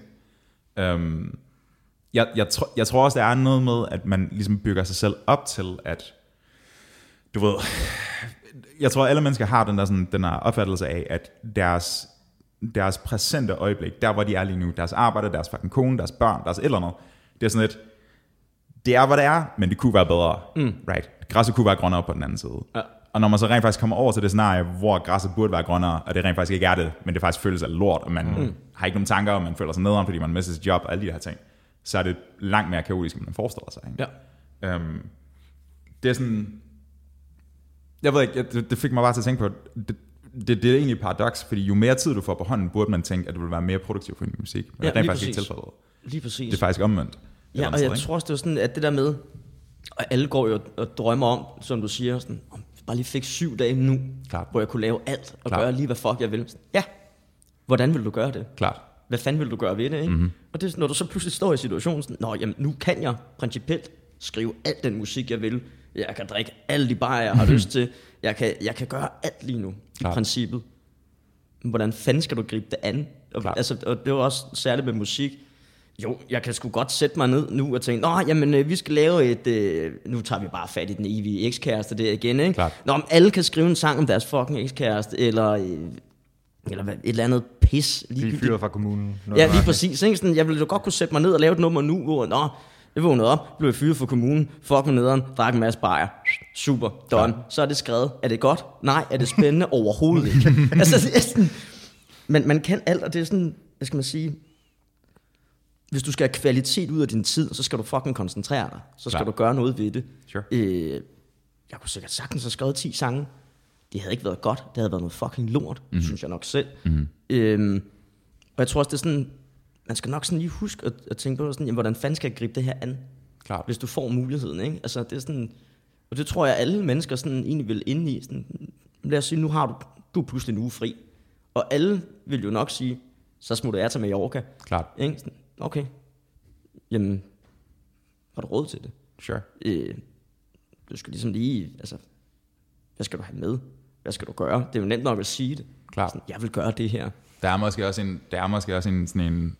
Jeg tror også, der er noget med, at man ligesom bygger sig selv op til, at du ved, jeg tror, alle mennesker har den her opfattelse af, at deres præsente øjeblik, der hvor de er lige nu, deres arbejde, deres fucking kone, deres børn, deres et eller andet, det er sådan et, det er hvad det er, men det kunne være bedre, right? Græsset kunne være grønnere på den anden side. Ja. Og når man så rent faktisk kommer over til det scenarie, hvor græsset burde være grønnere, og det rent faktisk ikke er det, men det faktisk føles af lort, og man har ikke nogen tanker, og man føler sig nederen, fordi man mister sit job, og alle de her ting, så er det langt mere kaotisk, end man forestiller sig. Ikke? Ja. Det er sådan, jeg ved ikke, det fik mig bare til at tænke på, det er egentlig et paradoks, fordi jo mere tid du får på hånden, burde man tænke, at du vil være mere produktiv for din musik. Men det er faktisk ikke tilfældet. Lige præcis. Det er faktisk omvendt. Ja, og jeg tror også, det var sådan, at det der med, og alle går jo og drømmer om, som du siger, sådan, om jeg bare lige fik 7 dage nu, Klart. hvor jeg kunne lave alt og Klart. gøre lige, hvad fuck jeg vil. Ja, hvordan vil du gøre det? Klart. Hvad fanden vil du gøre ved det, ikke? Mm-hmm. Og det, når du så pludselig står i situationen sådan, nå, jamen, nu kan jeg principielt skrive al den musik, jeg vil. Jeg kan drikke alle de barer, jeg har lyst til. Jeg kan gøre alt lige nu, Klart. i princippet. Men hvordan fanden skal du gribe det an? Og det var også særligt med musik. Jo, jeg kan sgu godt sætte mig ned nu og tænke, nå, jamen, vi skal lave et... nu tager vi bare fat i den evige ekskæreste der igen, ikke? Klart. Nå, om alle kan skrive en sang om deres fucking ekskæreste, eller et eller andet pis. Blive fyret fra kommunen. Ja, lige præcis. Ikke? Sådan, jeg ville jo godt kunne sætte mig ned og lave et nummer nu, hvor jeg vågnede op, blev fyret fra kommunen, fuck med nederen, drak en masse bajer. Super, done. Ja. Så er det skrevet. Er det godt? Nej. Er det spændende? Overhovedet ikke. Altså, det er sådan, man kan alt, og det er sådan, hvad skal man sige, hvis du skal have kvalitet ud af din tid, så skal du fucking koncentrere dig. Så skal du gøre noget ved det. Sure. Jeg kunne sikkert sagtens have skrevet 10 sange. Det havde ikke været godt. Det havde været noget fucking lort, synes jeg nok selv. Og jeg tror også, det er sådan, man skal nok sådan lige huske at tænke på, sådan, jamen, hvordan fanden skal jeg gribe det her an? Klart. Hvis du får muligheden, ikke? Altså, det er sådan, og det tror jeg, alle mennesker sådan egentlig vil ind i. Sådan, lad os sige, nu har du er pludselig en uge fri. Og alle vil jo nok sige, så smutter jeg til Mallorca. Klart. Ikke? Sådan, okay. Jamen, har du råd til det? Sure. Du skal ligesom lige, altså, hvad skal du have med? Hvad skal du gøre? Det er jo nemt nok at sige det. Klart. Sådan, jeg vil gøre det her. Der er måske også en sådan en...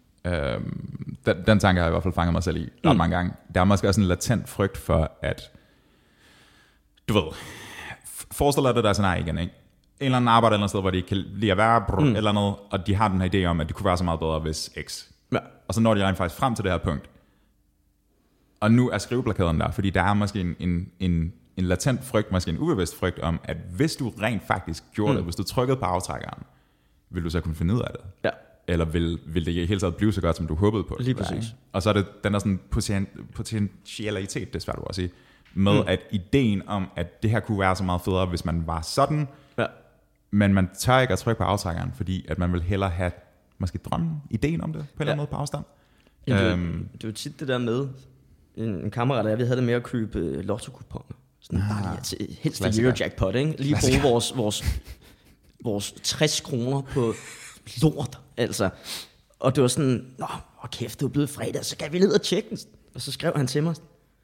den tanke har jeg i hvert fald fanget mig selv i ret mange gange. Der er måske også en latent frygt for, at... Du ved... Forestil dig det der scenarie igen, ikke? En eller anden arbejde et eller andet sted, hvor de ikke kan lide at være, eller noget, og de har den her idé om, at det kunne være så meget bedre, hvis X. Ja. Og så når de rent faktisk frem til det her punkt. Og nu er skriveplakaden der, fordi der er måske en latent frygt, måske en ubevidst frygt om, at hvis du rent faktisk gjorde det, hvis du trykkede på aftrækkeren, vil du så kunne finde ud af det? Ja. Eller vil det i hele taget blive så godt, som du håbede på? Lige præcis. Og så er det den der sådan potentialitet, det er svært at sige, med at ideen om, at det her kunne være så meget federe, hvis man var sådan, men man tør ikke at trykke på aftrækkeren, fordi at man vil hellere have måske drømmen, ideen om det, på en eller anden måde på afstand. Ja, det er jo tit det der med, en kammerat og jeg, vi havde det med at købe lotto-kuponer. Sådan bare lige til, helst til Eurojackpot, ikke? Lige bruge vores 60 kroner på lort, altså. Og det var sådan, kæft, det er blevet fredag, så kan vi ned og tjekke den. Og så skrev han til mig,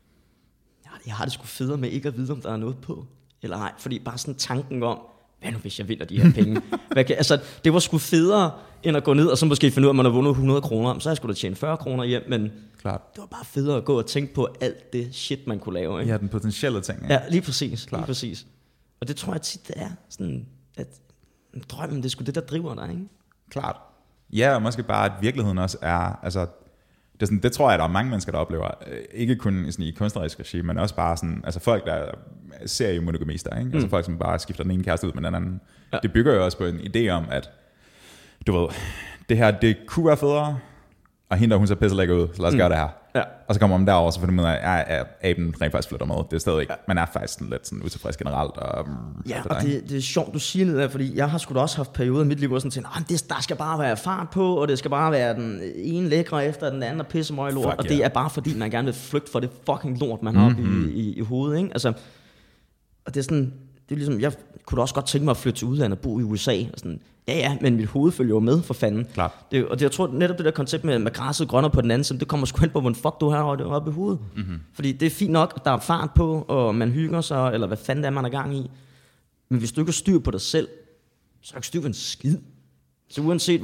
jeg har det sgu federe med ikke at vide, om der er noget på, eller ej. Fordi bare sådan tanken om, hvad nu hvis jeg vinder de her penge? Altså, det var sgu federe, end at gå ned og så måske finde ud af, at man har vundet 100 kroner. Så jeg skulle da tjene 40 kroner hjem, men Klart. det var bare federe at gå og tænke på alt det shit, man kunne lave. Ikke? Ja, den potentielle ting. Ikke? Ja, lige præcis. Klart. Lige præcis. Og det tror jeg tit, det er sådan, at drømmen, det er sgu det, der driver dig, ikke? Klart. Ja, og måske bare, at virkeligheden også er, altså, det tror jeg, der er mange mennesker, der oplever, ikke kun sådan i kunstnerisk regi, men også bare sådan, altså folk, der er seriemonogamister, ikke? Altså folk, som bare skifter den ene kæreste ud med den anden. Ja. Det bygger jo også på en idé om, at, du ved, det her, det kunne være federe, og hende, hun så pisser lækker ud, så lad os gøre det her. Ja. Og så kommer man derover, så finder man ud af, at aben rent faktisk flytter med. Det er stadig ikke. Man er faktisk lidt sådan utilfreds generelt. Og det er sjovt, du siger det der, fordi jeg har sgu da også haft perioder i mit liv, hvor sådan tænkt, der skal bare være fart på, og det skal bare være den ene lækre efter den anden, og pisse møg lort. Og det er bare fordi, man gerne vil flygte fra det fucking lort, man har oppe i hovedet, ikke? Altså, og det er sådan, det er ligesom, jeg kunne da også godt tænke mig at flytte til udlandet og bo i USA, og sådan, ja, men mit hoved følger jo med, for fanden. Klart. Jeg tror netop det der koncept med græsset grønner på den anden side, det kommer sgu hen på, hvordan fuck du har oppe i hovedet. Mm-hmm. Fordi det er fint nok, at der er fart på, og man hygger sig, eller hvad fanden det er, man er gang i. Men hvis du ikke har styr på dig selv, så er du ikke styr på en skid. Så uanset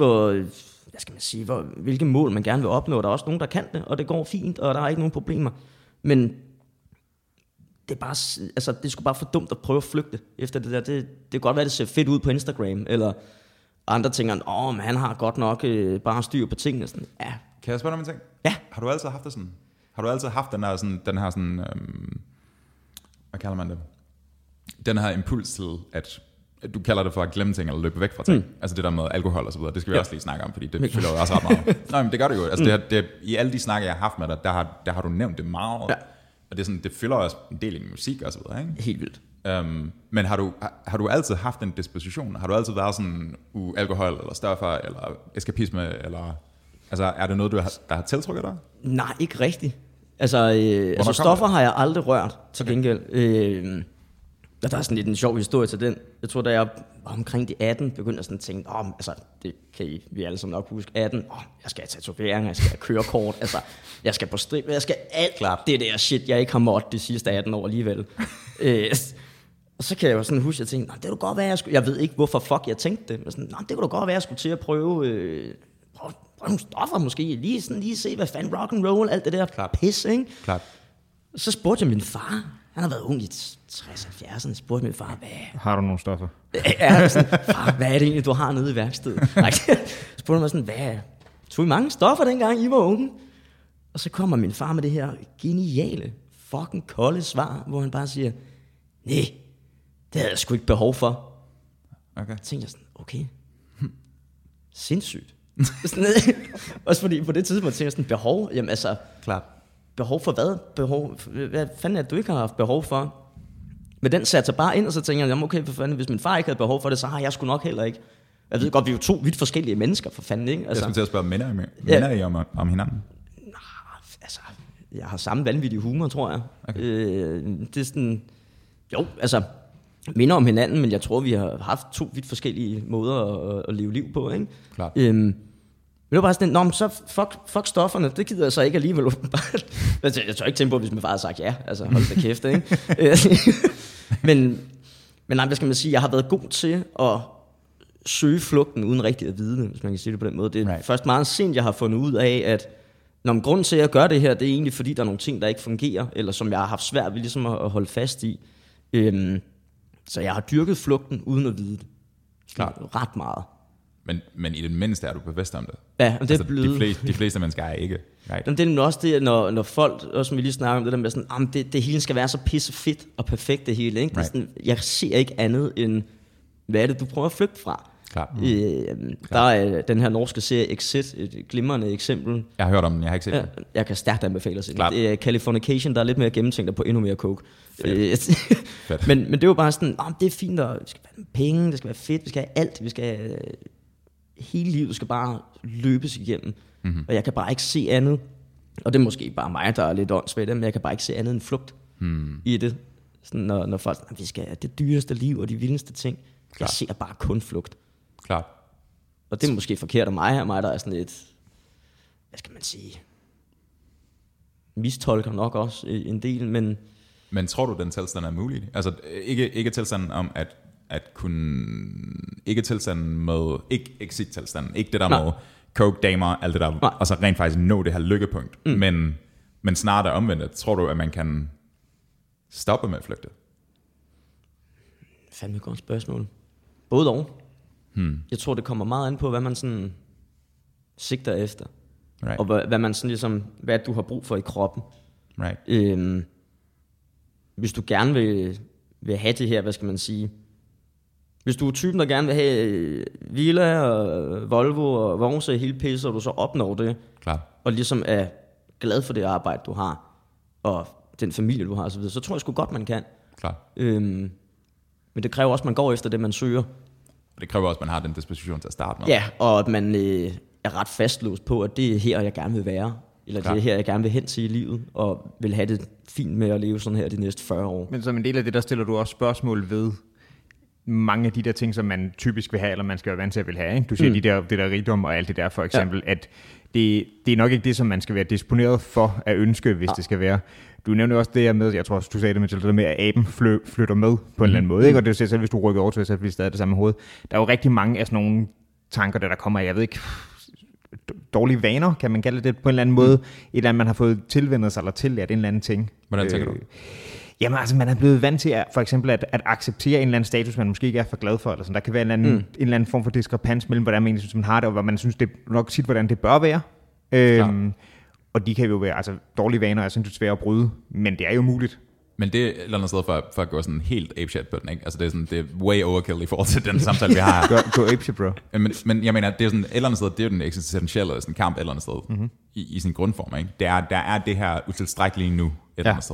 hvilke mål man gerne vil opnå, der er også nogen, der kan det, og det går fint, og der er ikke nogen problemer. Men det er bare, altså det er sgu bare for dumt at prøve at flygte efter det der. Det kan godt være, det ser fedt ud på Instagram, eller andre tænker, men han har godt nok bare styr på tingene. Sådan, ja. Kan jeg spørge dig om en ting? Ja. Har du altid haft det sådan? Har du altid haft den her sådan, hvad kalder man det? Den her impuls til, at du kalder det for at glemme ting, eller løbe væk fra ting. Altså det der med alkohol og så videre, det skal vi også lige snakke om, fordi det fylder jo også ret meget. Nej, men det gør det jo. Altså det i alle de snakke, jeg har haft med dig, der har du nævnt det meget. Ja. Og det er sådan, det fylder også en del i musik og så videre, ikke? Helt vildt. Men har du altid haft en disposition? Har du altid været sådan alkohol eller stoffer eller eskapisme? Eller, altså er det noget, der har tiltrukket dig? Nej, ikke rigtigt. Altså stoffer har jeg aldrig rørt til gengæld. Der er sådan lidt en sjov historie til den. Jeg tror, da jeg var omkring de 18, begyndte jeg sådan at tænke, det kan vi alle sammen nok huske, 18, jeg skal have tatoveringer, jeg skal have kørekort, jeg skal på strip, jeg skal alt klart det der shit, jeg ikke har måttet de sidste 18 år alligevel. Og så kan jeg jo sådan huske, at jeg tænkte, det kunne godt være, jeg ved ikke, hvorfor fuck jeg tænkte det, men sådan, det kunne da godt være, jeg skulle til at prøve nogle stoffer måske, lige se, hvad fanden rock and roll, alt det der pis, ikke? Klart. Så spurgte jeg min far, han har været ung i 60-70'erne, spurgte min far, hvad... Har du nogle stoffer? Ja, sådan, far, hvad er det egentlig, du har nede i værkstedet? Spurgte mig sådan, hvad... Tog I mange stoffer dengang, I var unge? Og så kommer min far med det her geniale, fucking kolde svar, hvor han bare siger, nej, det havde jeg sgu ikke behov for. Okay. Så tænkte jeg sådan, okay, sindssygt. Også fordi på det tidspunkt tænkte jeg sådan, behov, jamen altså... Klart. Behov for hvad? Hvad fanden er det, du ikke har haft behov for? Men den satte sig bare ind, og så tænker jeg, jamen okay, for fanden, hvis min far ikke havde behov for det, så har jeg sgu nok heller ikke. Jeg ved godt, vi er jo 2 vidt forskellige mennesker, for fanden, ikke? Altså, jeg skulle til at spørge, minder I om hinanden? Altså, jeg har samme vanvittige humor, tror jeg. Okay. Det er sådan, jo, altså, minder om hinanden, men jeg tror, vi har haft 2 vidt forskellige måder at leve liv på, ikke? Klart. Men det var bare sådan, så fuck stofferne, det gider jeg så ikke alligevel. Jeg tør ikke tænke på, hvis min far havde sagt ja, altså hold da kæft, ikke? men nej, hvad skal man sige, jeg har været god til at søge flugten uden rigtig at vide det, hvis man kan sige det på den måde. Det er først meget sent, jeg har fundet ud af, at grunden til, at jeg gør det her, det er egentlig, fordi der er nogle ting, der ikke fungerer, eller som jeg har haft svært ved ligesom at holde fast i. Så jeg har dyrket flugten uden at vide det. Klart. Ret meget. Men i det mindste er du bevidst om det. Ja, og det altså, er blevet... de fleste mennesker er ikke. Right? Det er nemlig også det, når folk, også som vi lige snakker om det der med sådan, det hele skal være så pisse fedt og perfekt det hele. Ikke? Right. Det er sådan, jeg ser ikke andet end, hvad er det, du prøver at flygte fra? Klart. Der er den her norske serie Exit, et glimrende eksempel. Jeg har hørt om den, jeg har ikke set den. Jeg kan stærkt anbefale sig. Det er Californication, der er lidt mere gennemtænkt og på endnu mere coke. Men det er jo bare sådan, det er fint, og det skal være penge, det skal være fedt, vi skal have alt, vi skal have... Hele livet skal bare løbes igennem. Mm-hmm. Og jeg kan bare ikke se andet. Og det er måske bare mig, der er lidt åndssvagt, men jeg kan bare ikke se andet end flugt i det. Sådan, når folk siger, vi skal have det dyreste liv og de vildeste ting. Klar. Jeg ser bare kun flugt. Klart. Og det er måske forkert af mig der er sådan et, hvad skal man sige, mistolker nok også en del, men... Men tror du, den tilstand er mulig? Altså ikke tilstanden om, at kunne... Ikke tilstanden med... Ikke exit-tilstanden. Ikke det der med coke, damer, alt det der. Og så rent faktisk nå det her lykkepunkt. Men snarere omvendt. Tror du, at man kan stoppe med at flygte? Fandme et godt spørgsmål. Både og. Jeg tror, det kommer meget an på, hvad man sådan sigter efter. Right. Og hvad man sådan ligesom... Hvad du har brug for i kroppen. Right. Hvis du gerne vil have det her, hvad skal man sige... Hvis du er typen, der gerne vil have Villa og Volvo og Vognse og hele pisse, og du så opnår det, klar, og ligesom er glad for det arbejde, du har, og den familie, du har, så tror jeg sgu godt, man kan. Klar. Men det kræver også, at man går efter det, man søger. Og det kræver også, at man har den disposition til at starte med. Ja, og at man er ret fastlåst på, at det er her, jeg gerne vil være. Eller det er her, jeg gerne vil hen til i livet, og vil have det fint med at leve sådan her de næste 40 år. Men som en del af det, der stiller du også spørgsmål ved mange af de der ting, som man typisk vil have, eller man skal være vant til at vil have. Ikke? Du siger det der rigdom og alt det der, for eksempel, at det er nok ikke det, som man skal være disponeret for at ønske, hvis det skal være. Du nævnte også det her med, jeg tror også, du sagde det med, det der med, at aben flytter med på en eller anden måde. Ikke? Og det er selv, hvis du rykker over til, så bliver det stadig det samme hoved. Der er jo rigtig mange af sådan nogle tanker, der kommer af, jeg ved ikke, dårlige vaner, kan man kalde det på en eller anden måde. Et eller andet, man har fået tilvænnet sig eller tillært en eller anden ting. Hvordan tænker du? Jamen altså, man er blevet vant til for eksempel at acceptere en eller anden status, man måske ikke er for glad for. Eller sådan. Der kan være en eller anden form for diskrepans mellem, hvordan man egentlig synes, man har det, og hvad man synes, det er nok tit, hvordan det bør være. Og de kan jo være, altså dårlige vaner er sådan svære at bryde, men det er jo muligt. Men det er et eller andet sted for at gå sådan helt apeshit på den, ikke? Altså det er way overkill i forhold til den samtale, vi har. Gå apeshit, bro. Men jeg mener, det er sådan et eller andet sted, det er jo den eksistentielle sådan kamp et eller andet sted, i sin grundform, ikke? Der er det her utilstrækkelige nu et eller andet sted.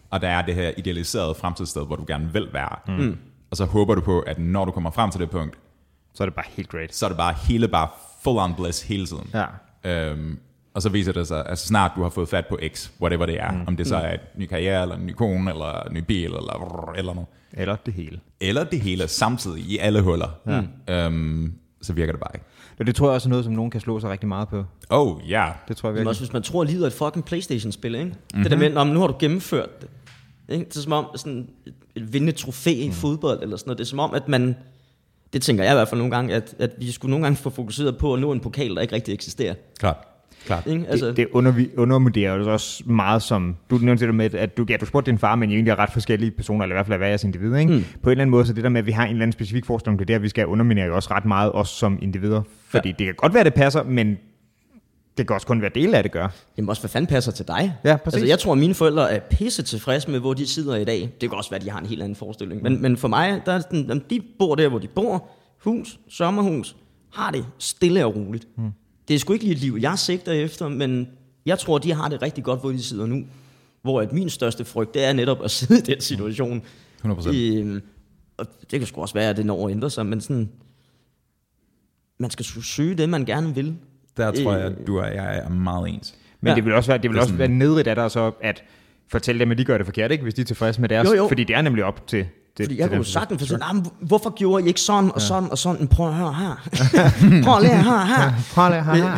og der er det her idealiserede fremtidssted, hvor du gerne vil være. Og så håber du på, at når du kommer frem til det punkt, Så er det bare helt great. så er det bare full on bliss hele tiden. Ja. Og så viser det sig, at snart du har fået fat på X, whatever det er, om det så er et ny karriere, eller en ny kone, eller en ny bil, eller noget. Eller det hele. Eller det hele samtidig i alle huller. Så virker det bare ikke. Og det tror jeg også er noget, som nogen kan slå sig rigtig meget på. Ja. Det tror jeg Men virkelig. også hvis man tror, at livet er et fucking Playstation-spil, ikke? Det der med, nu har du gennemført det. Ikke? Det er som om sådan et vinde trofæ i fodbold, eller sådan noget. Det er som om, at man... Det tænker jeg i hvert fald nogle gange, at vi skulle nogle gange få fokuseret på at nå en pokal, der ikke rigtig eksisterer. Klart. Ikke? Altså, Det undervurderer jo også meget som... Du nævnte det med, at du spurgte din far, men I egentlig er ret forskellige personer, eller i hvert fald er hver jeres individer, ikke? På en eller anden måde, så det der med, at vi har en eller anden specifik forestilling, det er der, vi skal underminere jo også ret meget, os som individer. Fordi det kan godt være, det passer, men det kan også kun være dele af det gør. Jamen også, hvad fanden passer til dig? Ja, præcis. Altså, jeg tror, at mine forældre er pisse tilfredse med, hvor de sidder i dag. Det kan også være, at de har en helt anden forestilling. Men for mig, der er sådan, de bor der, hvor de bor. Hus, sommerhus, har det stille og roligt. Det er sgu ikke lige et liv, jeg sigter efter, men jeg tror, de har det rigtig godt, hvor de sidder nu. Hvor at min største frygt, det er netop at sidde i den situation. 100%. Og det kan sgu også være, at det når at ændre sig, men sådan... Man skal søge det, man gerne vil. Der tror jeg, at du og jeg er meget ens. Men Ja. det vil også være nedrigt af dig så, at fortælle dem, at de gør det forkert, ikke? Hvis de er tilfredse med deres. Jo. Fordi det er nemlig op til Fordi jeg kunne sagtens fortælle, hvorfor gjorde I ikke sådan og sådan og sådan? Prøv at høre her. Prøv at lære her. Prøv at lære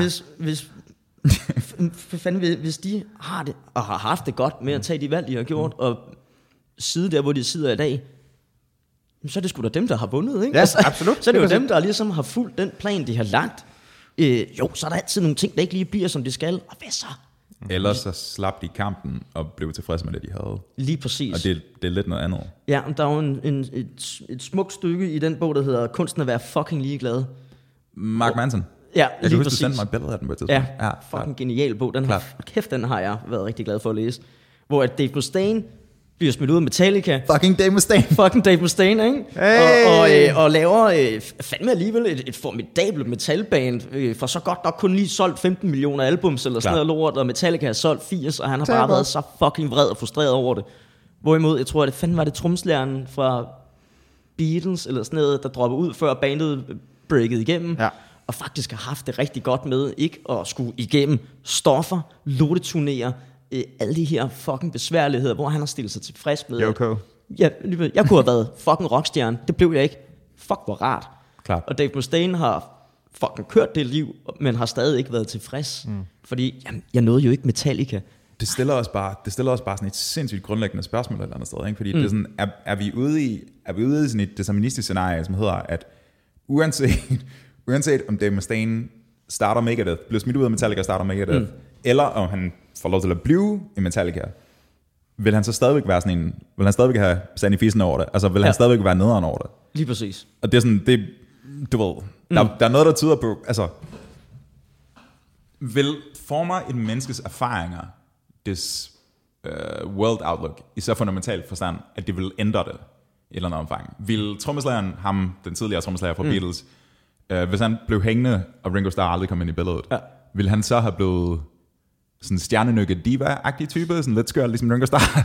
her. Hvis de har det, og har haft det godt med at tage de valg, de har gjort, og sidde der, hvor de sidder i dag, så er det sgu da dem, der har vundet, ikke? Ja, absolut. Så er det jo dem, der ligesom har fulgt den plan, de har lagt. Jo, så er der altid nogle ting, der ikke lige bliver, som de skal. Og hvad så? Ellers så slap de kampen og blev tilfredse med det, de havde. Lige præcis. Og det er lidt noget andet. Ja, der er jo et smukt stykke i den bog, der hedder Kunsten at være fucking ligeglad. Mark Manson. Ja, Jeg kan lige huske, du præcis. sendte mig et billede af den på et tidspunkt. Ja, fucking genial bog. Den har, Klart. kæft, den har jeg været rigtig glad for at læse. Hvor at Dave Mustaine bliver smidt ud af Metallica. Fucking Dave Mustaine. Fucking Dave Mustaine, ikke? Hey! Og laver fandme alligevel et formidabelt metalband, for så godt nok kun lige solgt 15 millioner albums eller sådan Klar. noget lort, og Metallica har solgt 80, og han har bare været så fucking vred og frustreret over det. Hvorimod, jeg tror, at det fandme var det tromslæren fra Beatles eller sådan noget, der droppede ud, før bandet breakede igennem. Ja. Og faktisk har haft det rigtig godt med ikke at skulle igennem stoffer, lorteturnere, alle de her fucking besværligheder, hvor han har stillet sig tilfreds med. Yoko. Ja, jeg kunne have været fucking rockstjerne. Det blev jeg ikke. Fuck, hvor rart. Klart. Og Dave Mustaine har fucking kørt det liv, men har stadig ikke været tilfreds. Fordi jamen, jeg nåede jo ikke Metallica. Det stiller os bare sådan et sindssygt grundlæggende spørgsmål et eller andet sted, ikke? Fordi det er sådan, er vi ude i sådan et deterministisk scenarie, som hedder, at uanset om Dave Mustaine starter Megadeth, bliver smidt ud af Metallica og starter Megadeth, eller om han får lov til at blive i Metallica, vil han så stadigvæk være sådan en, vil han stadigvæk have sand i fissen over det? Altså vil han stadigvæk være nederen over det? Lige præcis. Og det er sådan, det, du ved, der er noget, der tyder på, altså, former et menneskes erfaringer, this world outlook, i så fundamentalt forstand, at det vil ændre det i et eller andet omfang. Vil trommeslageren, den tidligere trommeslager fra Beatles, hvis han blev hængende, og Ringo Starr aldrig kom ind i billedet, vil han så have blevet sådan en stjernenykket diva-agtig type, sådan lidt skør, ligesom Ringo Starr?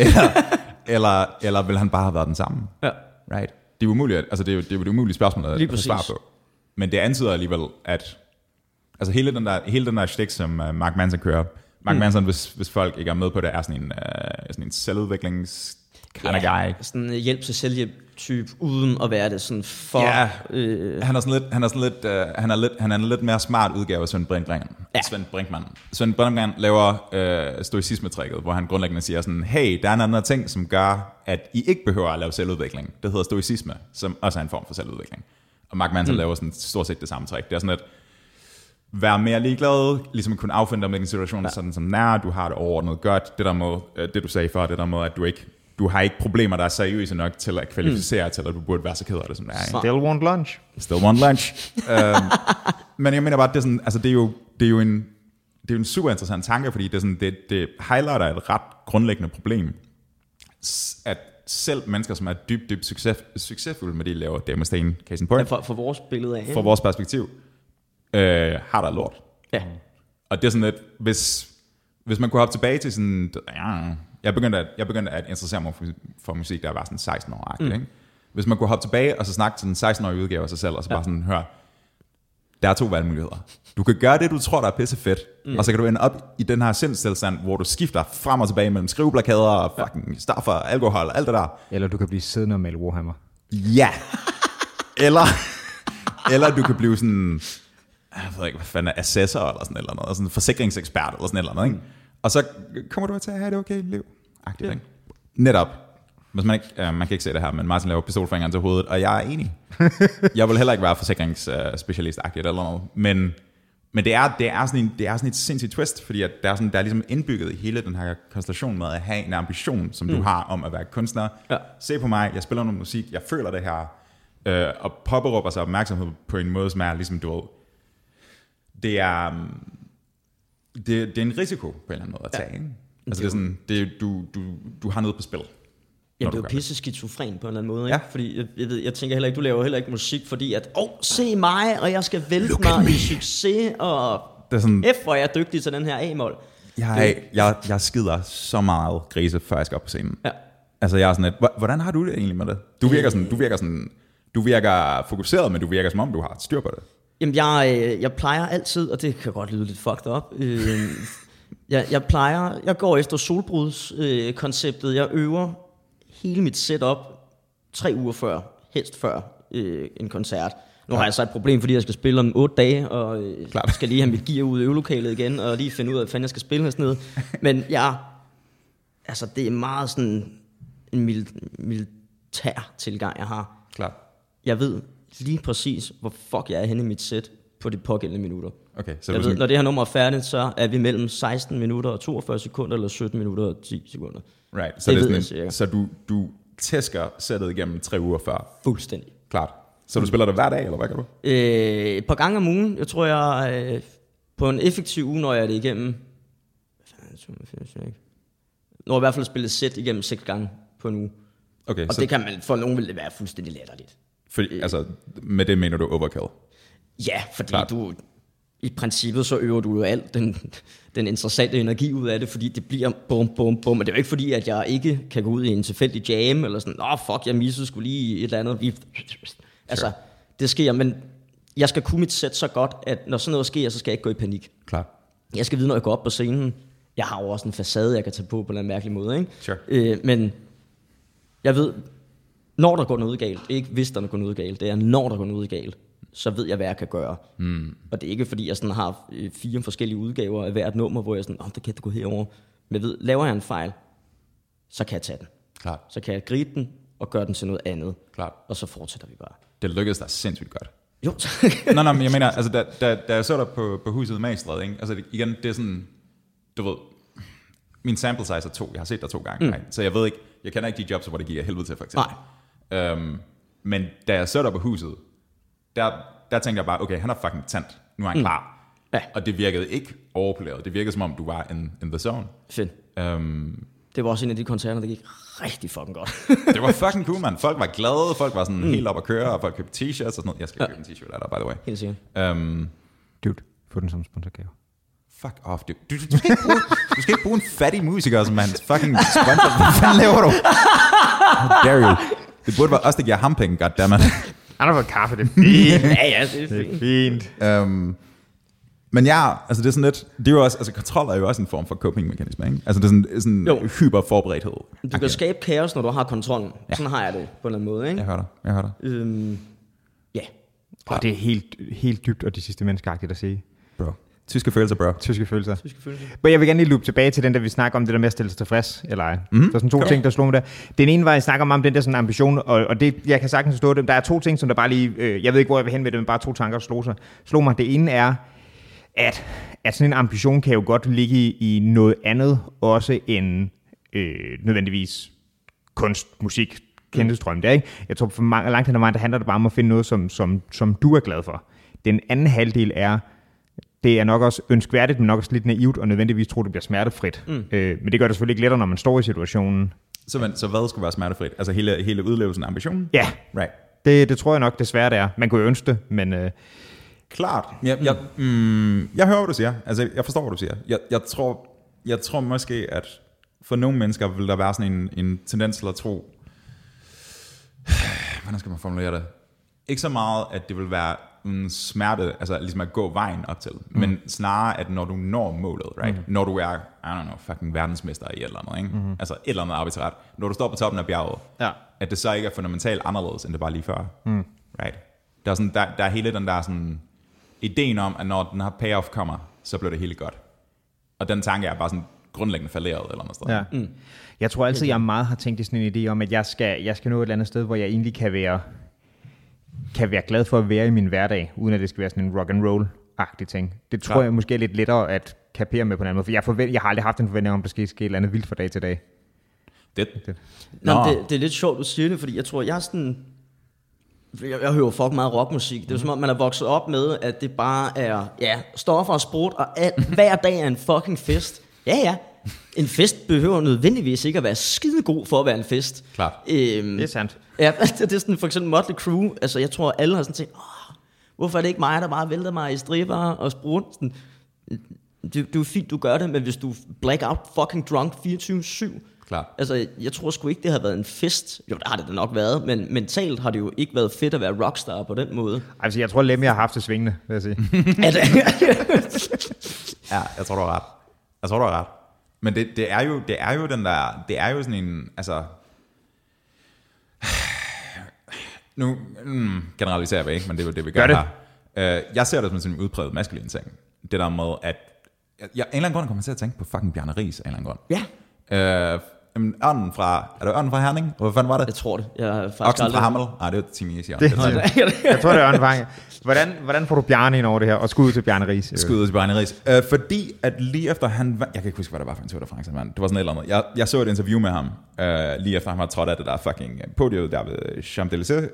eller vil han bare have været den samme? Ja. Right? Det er umuligt, altså det er jo et umuligt spørgsmål at præcis. svare på. Men det antyder alligevel, at altså hele den der stik, som Mark Manson kører, Mark Manson, hvis folk ikke er med på det, er sådan en selvudviklings kind of guy. Sådan en hjælp til selvhjælp type, uden at være det sådan for... Ja, han er en lidt mere smart udgave af Svend Brinkmann. Ja. Svend Brinkmann laver stoicisme-tricket, hvor han grundlæggende siger sådan, hey, der er en anden ting, som gør, at I ikke behøver at lave selvudvikling. Det hedder stoicisme, som også er en form for selvudvikling. Og Mark Manson laver sådan stort set det samme trick. Det er sådan et, være mere ligeglad, ligesom at kunne affinde dig med en situation, sådan som nær, du har det overordnet godt. Det der med, det du sagde før, det der med, at du har ikke problemer, der er seriøse nok til at kvalificere til, at du burde være så ked af det, som det er. Ikke? Still want lunch. Still want lunch. Men jeg mener bare, det er sådan, altså det er jo en super interessant tanke, fordi det er sådan, det highlighter et ret grundlæggende problem, at selv mennesker, som er dybt succesfulde med det, de laver, Dave Mustaine, case in point, For vores billede af. fra vores perspektiv, har der lort. Ja. Og det er sådan lidt, hvis man kunne hoppe tilbage til sådan, Jeg begyndte at interessere mig for musik, der var sådan 16 år. Ikke? Hvis man kunne hoppe tilbage og så snakke til den 16-årige udgave af sig selv, og så bare sådan, hør, der er 2 valgmuligheder. Du kan gøre det, du tror, der er pisse fedt, og så kan du ende op i den her sindstilstand, hvor du skifter frem og tilbage mellem skriveplakader og fucking stoffer, alkohol, alt det der. Eller du kan blive siddende og male Warhammer. Ja. Eller du kan blive sådan, jeg ved ikke, hvad fanden er, assessor eller sådan noget, sådan en forsikringsekspert eller sådan noget, ikke? Og så kommer du til at have det okay liv. Agtigt, ikke? Netop. Hvis man kan ikke se det her, men Martin laver pistolfingeren til hovedet, og jeg er enig. Jeg vil heller ikke være forsikringsspecialist-agtigt eller noget, men det er sådan et sindssygt twist, fordi at der er ligesom indbygget i hele den her konstellation med at have en ambition, som du har om at være kunstner. Ja. Se på mig, jeg spiller noget musik, jeg føler det her, og påberåber sig opmærksomhed på en måde, som er ligesom du ved, det er en risiko på en eller anden måde at tage. Ikke? Altså det er sådan, du har noget på spil. Jamen, det er jo pisse skizofren på en eller anden måde, ikke? Ja. Fordi jeg tænker heller ikke, du laver heller ikke musik, fordi at, se mig, og jeg skal vælte mig i succes, og hvor jeg er dygtig til den her A-mol. Jeg skider så meget grise, før jeg skal op på scenen. Ja. Altså, jeg er sådan et, hvordan har du det egentlig med det? Du virker fokuseret, men du virker som om, du har styr på det. Jamen, jeg plejer altid, og det kan godt lyde lidt fucked up, jeg går efter solbrudskonceptet, jeg øver hele mit setup 3 uger før, helst før en koncert. Nu har jeg så et problem, fordi jeg skal spille om 8 dage, og skal lige have mit gear ud i øvelokalet igen, og lige finde ud af, hvad fanden jeg skal spille og sådan noget. Men det er meget sådan en militær tilgang, jeg har. Klart. Jeg ved lige præcis, hvor fuck jeg er henne i mit set på de pågældende minutter. Okay, så jeg ved, når det her nummer er færdigt, så er vi mellem 16 minutter og 42 sekunder, eller 17 minutter og 10 sekunder. Right, så det ved jeg sikkert. Så du tæsker sættet igennem 3 uger før? Fuldstændig. Klart. Så du spiller det hver dag, eller hvad gør du? Et par gange om ugen. Jeg tror, jeg på en effektiv uge, når jeg er det igennem... Når i hvert fald spillet sæt igennem 6 gange på en uge. Okay, og så det kan man, for nogen vil det være fuldstændig latterligt. Fordi, altså, med det mener du overkill? Ja, fordi du... I princippet så øver du jo alt den interessante energi ud af det, fordi det bliver bum, bum, bum. Og det er jo ikke fordi, at jeg ikke kan gå ud i en tilfældig jam, eller sådan, fuck, jeg missede skulle lige et eller andet. Altså, det sker, men jeg skal kunne mit sæt så godt, at når sådan noget sker, så skal jeg ikke gå i panik. Klar. Jeg skal vide, når jeg går op på scenen. Jeg har jo også en facade, jeg kan tage på en mærkelig måde, ikke? Sure. Men jeg ved, når der går noget galt, ikke hvis der går noget galt, det er når der går noget galt, så ved jeg, hvad jeg kan gøre. Og det er ikke, fordi jeg sådan har 4 forskellige udgaver af hvert nummer, hvor jeg sådan, det kan gå herover. Men jeg ved, laver jeg en fejl, så kan jeg tage den. Klart. Så kan jeg gribe den og gøre den til noget andet. Klart. Og så fortsætter vi bare. Det lykkedes dig sindssygt godt. Jo. Nej, men jeg mener, altså, da jeg så dig på huset i Magstræde, ikke? Altså igen, det er sådan, du ved, min sample size er 2, jeg har set dig 2 gange, right? Så jeg ved ikke, jeg kender ikke de jobs, hvor det giver helvede til, for eksempel. Nej. Men da jeg så dig på huset, der tænkte jeg bare, okay, han er fucking tændt, nu er han klar. Ja. Og det virkede ikke overpoleret, det virkede som om, du var in the zone. Fedt. Det var også en af de koncerter, der gik rigtig fucking godt. Det var fucking cool, man. Folk var glade, folk var sådan helt op at køre, og folk købte t-shirts og sådan noget. Jeg skal købe en t-shirt af dig, by the way. Helt sikkert. Dude, få den som sponsorgave. Fuck off, dude. Du skal ikke bruge en fattig musiker som hans fucking sponsor. Hvad fanden laver du? How dare you? Det burde være os, der giver ham penge, goddammit. Han har fået kaffe, det er fint. Ja, det er fint. Men ja, altså det er sådan lidt, det er jo også, altså kontrol er jo også en form for coping-mekanisme, ikke? Altså det er sådan hyperforberedthed. Du kan skabe kaos, når du har kontrollen. Ja. Sådan har jeg det på en eller anden måde, ikke? Jeg hører dig. Ja. Og det er helt dybt og det sidste menneskeagtigt at sige. Bro. Tyske følelser, bro. Tyske følelser. Men jeg vil gerne lige loop tilbage til den, der vi snakker om det der med at stille sig tilfreds, eller ej. Der er sådan 2 ting, der slår mig der. Den ene var, jeg snakker om den der sådan ambition, og det, jeg kan sagtens forstå det. Der er 2 ting, som der bare lige, jeg ved ikke, hvor jeg vil hen med det, men bare 2 tanker, der slog mig. Det ene er, at sådan en ambition kan jo godt ligge i noget andet, også end nødvendigvis kunst, musik, kendestrøm. Det er ikke. Jeg tror, for langt hen ad vejen, der handler det bare om at finde noget, som du er glad for. Den anden halvdel er, det er nok også ønskværdigt, men nok også lidt naivt, og nødvendigvis tror, det bliver smertefrit. Men det gør det selvfølgelig ikke lettere, når man står i situationen. Så hvad skulle være smertefrit? Altså hele udlevelsen af ambitionen? Ja, right. Det tror jeg nok desværre, det er. Man kunne jo ønske det, men... Klart. Jeg hører, hvad du siger. Altså, jeg forstår, hvad du siger. Jeg tror måske, at for nogle mennesker vil der være sådan en tendens til at tro, hvordan skal man formulere det? Ikke så meget, at det vil være en smerte, altså ligesom at gå vejen op til, men snarere, at når du når målet, right? Når du er, I don't know, fucking verdensmester i et eller andet, ikke? Altså et eller andet arbitræt. Når du står på toppen af bjerget, at det så ikke er fundamentalt anderledes, end det var lige før. Right? Der er, sådan, der er hele den der sådan, ideen om, at når den her payoff kommer, så bliver det helt godt. Og den tanke er bare sådan grundlæggende falderet eller noget sted. Ja. Jeg tror altid, jeg meget har tænkt i sådan en idé om, at jeg skal nå et eller andet sted, hvor jeg egentlig kan være glad for at være i min hverdag, uden at det skal være sådan en rock and roll-agtig ting. Det tror jeg måske er lidt lettere at kapere med på en anden måde, for jeg har aldrig haft en forventning om, at der skal ske et eller andet vildt fra dag til dag. Det er lidt sjovt, du siger det, fordi jeg tror, jeg er sådan... Jeg hører fucking meget rockmusik. Det er som om, man er vokset op med, at det bare er stoffer og sprut, og hver dag er en fucking fest. Ja. En fest behøver nødvendigvis ikke at være skidegod for at være en fest. Klart. Det er sandt. Ja, det er sådan for eksempel Motley Crue. Altså, jeg tror, alle har sådan tænkt, hvorfor er det ikke mig, der bare vælter mig i striber og sprut? Det er fint, du gør det, men hvis du blackout fucking drunk 24/7, klart. Altså, jeg tror sgu ikke, det har været en fest. Jo, det har det da nok været, men mentalt har det jo ikke været fedt at være rockstar på den måde. Altså, jeg tror, Lemmy har haft det svingende, vil jeg sige. Ja, jeg tror, du har ret. Men det er jo den der, det er jo sådan en, altså, nu generaliserer vi ikke, men det er jo det, vi gør her. Jeg ser det som sådan en udpræget maskulin ting. Det der med, at jeg en eller anden grund kommer til at tænke på fucking Bjarne Riis af en eller anden grund. Ja. Ånden fra Herning? Hvor fanden var det? Jeg tror det. Oksen fra Hammel? Nej, det var Team Easy. Jeg tror, det er ånden fra Hvordan får du Bjarne ind over det her? Og skud til Bjarne Riis. Skud til Bjarne Riis. Fordi at lige efter han... Jeg kan ikke huske, hvad det var for en Twitter-frans, han. Det var sådan et eller andet. Jeg så et interview med ham, lige efter han var trådt af det der fucking podiet der ved Champs-Élysées,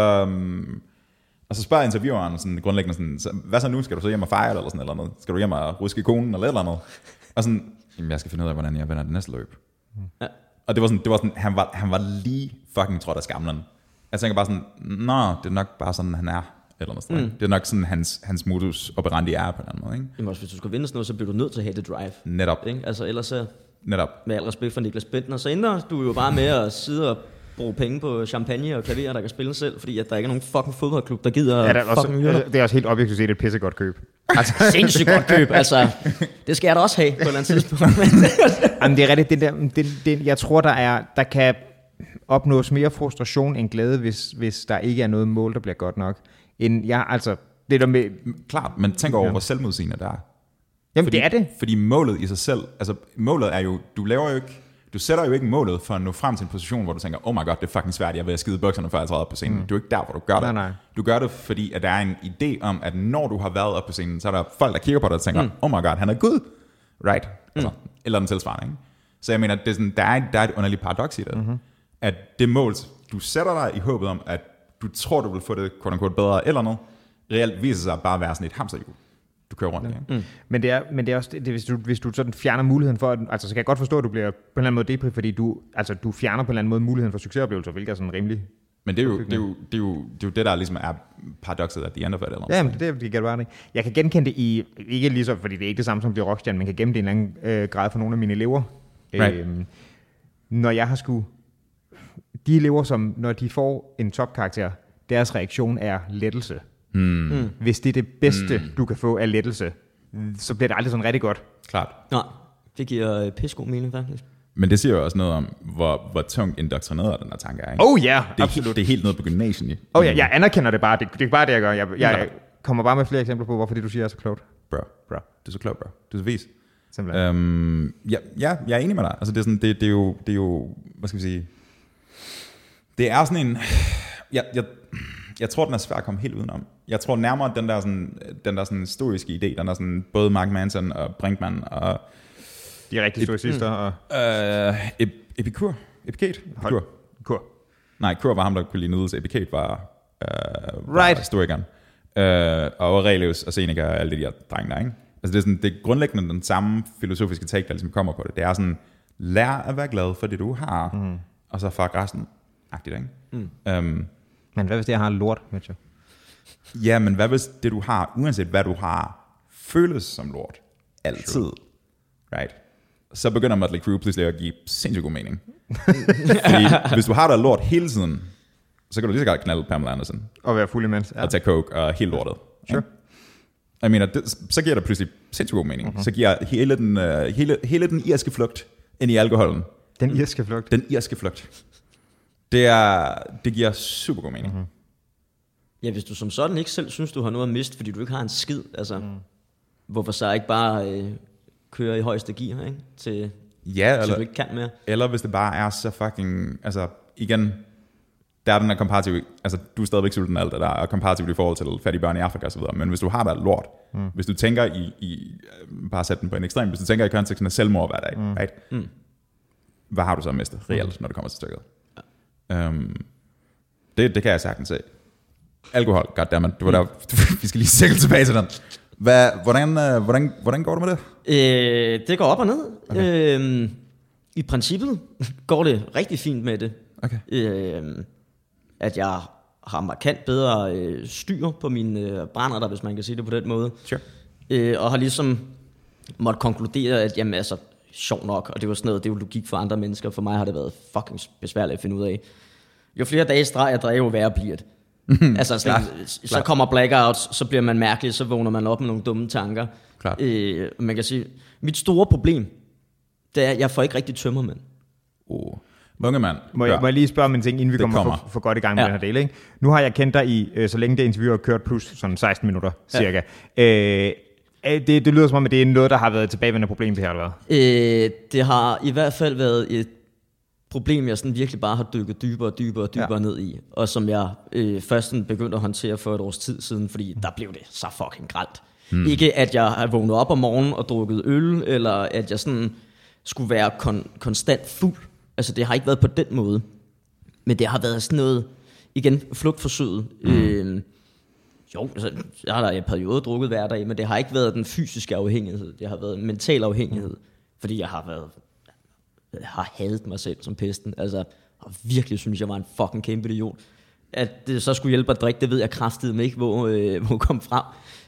og så spørger intervieweren sådan grundlæggende sådan, hvad så nu? Skal du så hjem og fejre eller sådan eller noget? Skal du hjem og ruske konen eller eller andet? Og sådan, jamen jeg skal finde ud af, hvordan jeg vinder det næste løb. Ja. Og det var sådan, han var lige fucking trådt af skamlen. Jeg tænker bare sådan, det er nok bare sådan, han er. Eller noget sådan. Det er nok sådan, hans modus operandi er på den anden måde. Ikke? Jamen også, hvis du skal vinde sådan noget, så bliver du nødt til at have det drive. Netop. Ikke? Altså ellers så, netop. Med al respekt for Niklas Bentner, så ender du jo bare med at sidde og bruge penge på champagne og klaver, der kan spille selv, fordi at der ikke er nogen fucking fodboldklub, der gider det er også helt objektivt set et pissegodt køb. Altså, sindssygt godt køb, altså. Det skal jeg da også have på et eller andet tidspunkt. Jamen, det er rigtigt. Jeg tror, der kan opnås mere frustration end glæde, hvis der ikke er noget mål, der bliver godt nok. Det der med... Klart, men tænk over, hvor selvmodsigende der er. Jamen, det er det. Fordi målet i sig selv, altså målet er jo, du sætter jo ikke målet for at nå frem til en position, hvor du tænker, oh my god, det er fucking svært, jeg vil skide bukserne, før jeg træder op på scenen. Du er ikke der, hvor du gør det. Nej. Du gør det, fordi at der er en idé om, at når du har været op på scenen, så er der folk, der kigger på dig og tænker, oh my god, han er Gud. Right? Altså, eller den tilsvarende, ikke? Så jeg mener, det er sådan, der er et underligt paradoks i det. At det mål, du sætter dig i håbet om, at du tror, du vil få det quote-unquote bedre eller noget, reelt viser sig bare at være sådan et hamsterhjul. Du kører rundt, ikke? Men det er også det, hvis du sådan fjerner muligheden for, altså så kan jeg godt forstå, at du bliver på en eller anden måde deprimeret, fordi du fjerner på en eller anden måde muligheden for succesoplevelser, hvilket er sådan rimelig. Men det er jo det, der ligesom er paradokset at the end of it. Eller ja, men det kan det være. Jeg kan genkende det i, ikke lige så, fordi det er ikke det samme som at blive rockstjerne, men kan gemme det i en eller anden grad for nogle af mine elever. Right. Når jeg har de elever, som når de får en topkarakter, deres reaktion er lettelse. Hvis det er det bedste, du kan få af lettelse, så bliver det aldrig sådan rigtig godt. Klart. Nej, det giver pissegod mening faktisk. Men det siger jo også noget om, hvor tungt indoktrineret den her tanke er. Ikke? Ja, absolut. Det er helt nede på gymnasiet. Ja, jeg anerkender det bare. Det er bare det, jeg gør. Jeg kommer bare med flere eksempler på, hvorfor det, du siger, er så klogt. Bro. Du er så klog, bro. Du er så vis. Jeg er enig med dig. Altså, det er jo, hvad skal vi sige, det er sådan en, jeg tror, den er svær at komme helt udenom. Jeg tror nærmere, den der sådan stoiske idé, den der sådan, både Mark Manson og Brinkmann og... De rigtige stoicister og... Epikur. Kur. Nej, Kur var ham, der kunne lide nydelse. Epikur var stoikeren. Og Aurelius og Seneca og alle de der drenge der, ikke? Altså det er, sådan, det er grundlæggende den samme filosofiske take, der ligesom kommer på det. Det er sådan, lær at være glad for det, du har, og så fuck resten-agtigt, ikke? Men hvad hvis det, jeg har lort, Mitchell? Ja, men hvad hvis det, du har, uanset hvad du har, føles som lort? Altid. Right? så begynder Mötley Crüe pludselig at give sindssygt god mening. Fordi hvis du har der lort hele tiden, så kan du lige så godt knalde Pamela Anderson. Og være fuld imens. Og tage coke og helt lortet. Sure. Jeg mener, så giver det pludselig sindssygt god mening. Så giver hele den irske flugt ind i alkoholen. Den irske flugt? Den irske flugt. Det giver super god mening. Ja, hvis du som sådan ikke selv synes, du har noget at miste, fordi du ikke har en skid, altså, hvorfor så ikke bare køre i højeste gear, ikke? Til du ikke kan mere? Eller hvis det bare er så fucking, altså igen, der er den her komparativ, altså du er stadigvæk sulten alt det der, og komparativt i forhold til fattige børn i Afrika og så videre, men hvis du har der lort, hvis du tænker i bare sætte den på en ekstrem, hvis du tænker i konteksten af selvmord hver dag, right? Hvad har du så mistet reelt, når det kommer til stykket? Ja. Det kan jeg sagtens se. Alkohol, goddammit, det var der, vi skal lige cirkle tilbage til den. Hvordan går det med det? Det går op og ned. Okay. I princippet går det rigtig fint med det. Okay. At jeg har markant bedre styr på mine brænder, hvis man kan sige det på den måde. Sure. Og har ligesom måtte konkludere, at jamen altså, sjov nok, og det var sådan noget, det er jo logik for andre mennesker. For mig har det været fucking besværligt at finde ud af. Jo flere dage streg jeg drikker, jo værre bliver det. Altså sådan, så kommer blackouts, så bliver man mærkelig, så vågner man op med nogle dumme tanker. Man kan sige, mit store problem, det er, at jeg får ikke rigtig tømmermænd. Munge mand. Må jeg lige spørge om en ting, inden vi kommer for godt i gang med den her del, ikke? Nu har jeg kendt dig i, så længe det interview har kørt, plus sådan 16 minutter, cirka. Det lyder som om, at det er noget, der har været et tilbagevendende problem, det her, eller hvad? Det har i hvert fald været et problem, jeg sådan virkelig bare har dykket dybere ned i, og som jeg først begyndte at håndtere for et års tid siden, fordi der blev det så fucking grelt. Ikke at jeg har vågnet op om morgenen og drukket øl, eller at jeg sådan skulle være konstant fuld. Altså det har ikke været på den måde, men det har været sådan noget, igen, flugtforsøget. Jo, altså, jeg har da i en periode drukket hver dag, men det har ikke været den fysiske afhængighed, det har været en mental afhængighed, fordi jeg har hadet mig selv som pesten, altså, og virkelig synes jeg var en fucking kæmpe idiot. At det så skulle hjælpe at drikke, det ved jeg kraftedeme ikke, hvor kom frem.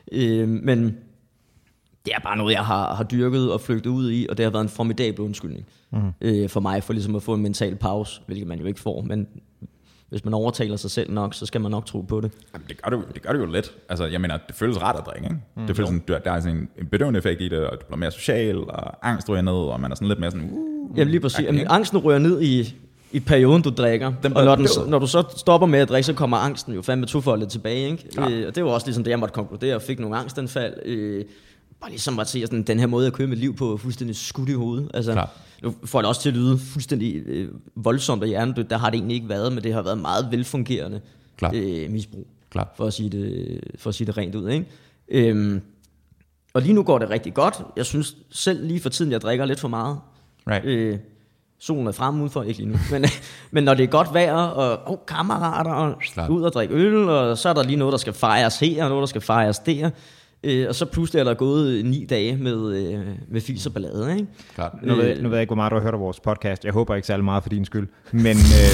Men det er bare noget, jeg har dyrket og flygtet ud i, og det har været en formidabel undskyldning for mig, for ligesom at få en mental pause, hvilket man jo ikke får, men hvis man overtaler sig selv nok, så skal man nok tro på det. Jamen, det gør det jo let. Altså, jeg mener, det føles ret at drikke, ikke? Det føles sådan, der er sådan en bedøvende effekt i det, og du bliver mere social, og angst ryger ned, og man er sådan lidt mere sådan... Jamen lige præcis. Jamen, angsten ryger ned i perioden, du drikker. Og når du så stopper med at drikke, så kommer angsten jo fandme tofoldet tilbage, ikke? Og det var også ligesom det, jeg måtte konkludere, og fik nogle angstanfald. Bare ligesom at se sådan, den her måde at køre mit liv på, fuldstændig skudt i hovedet. Altså, nu får det også til at lyde fuldstændig voldsomt og hjernedødt. Der har det egentlig ikke været, men det har været meget velfungerende misbrug. For at sige det rent ud, ikke? Og lige nu går det rigtig godt. Jeg synes selv lige for tiden, jeg drikker lidt for meget. Right. Solen er fremme udenfor, ikke lige nu. Men når det er godt vejr, og kammerater, og ud og drikke øl, og så er der lige noget, der skal fejres her, og noget, der skal fejres der. Og så pludselig er der gået 9 dage med fis og ballade, ikke? Nu ved jeg ikke, hvor meget du har hørt af vores podcast. Jeg håber ikke særlig meget for din skyld. Men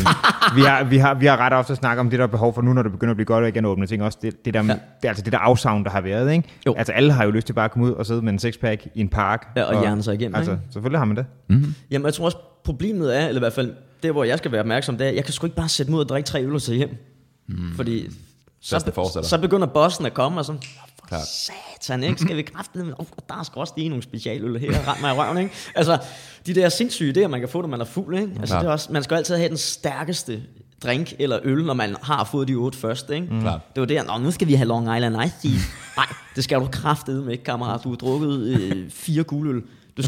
vi har ret ofte snakket om det der behov for nu, når det begynder at blive godt og igen åbne ting. Også det der, det er altså det der afsavn, der har været, ikke? Jo. Altså alle har jo lyst til bare at komme ud og sidde med en sixpack i en park. Ja, og hjerne sig igennem, altså, ikke? Selvfølgelig har man det. Jamen jeg tror også, problemet er, eller i hvert fald det, hvor jeg skal være opmærksom, det er, jeg kan sgu ikke bare sætte mig ud og drikke 3 øl og tage hjem. Fordi så begynder bossen at komme og sådan... Satan, ikke? Skal vi kraftedeme? Der er sgu også lige nogle specialøl her, rent mig i røven, ikke? Altså, de der sindssyge idéer, man kan få, når man er fuld, ikke? Altså, det er også, man skal altid have den stærkeste drink eller øl, når man har fået de 8 første, ikke? Det var der, nu skal vi have Long Island Ice Tea. Nej, det skal du kraftedeme ikke, kammerat. Du har drukket 4 guldøl. Du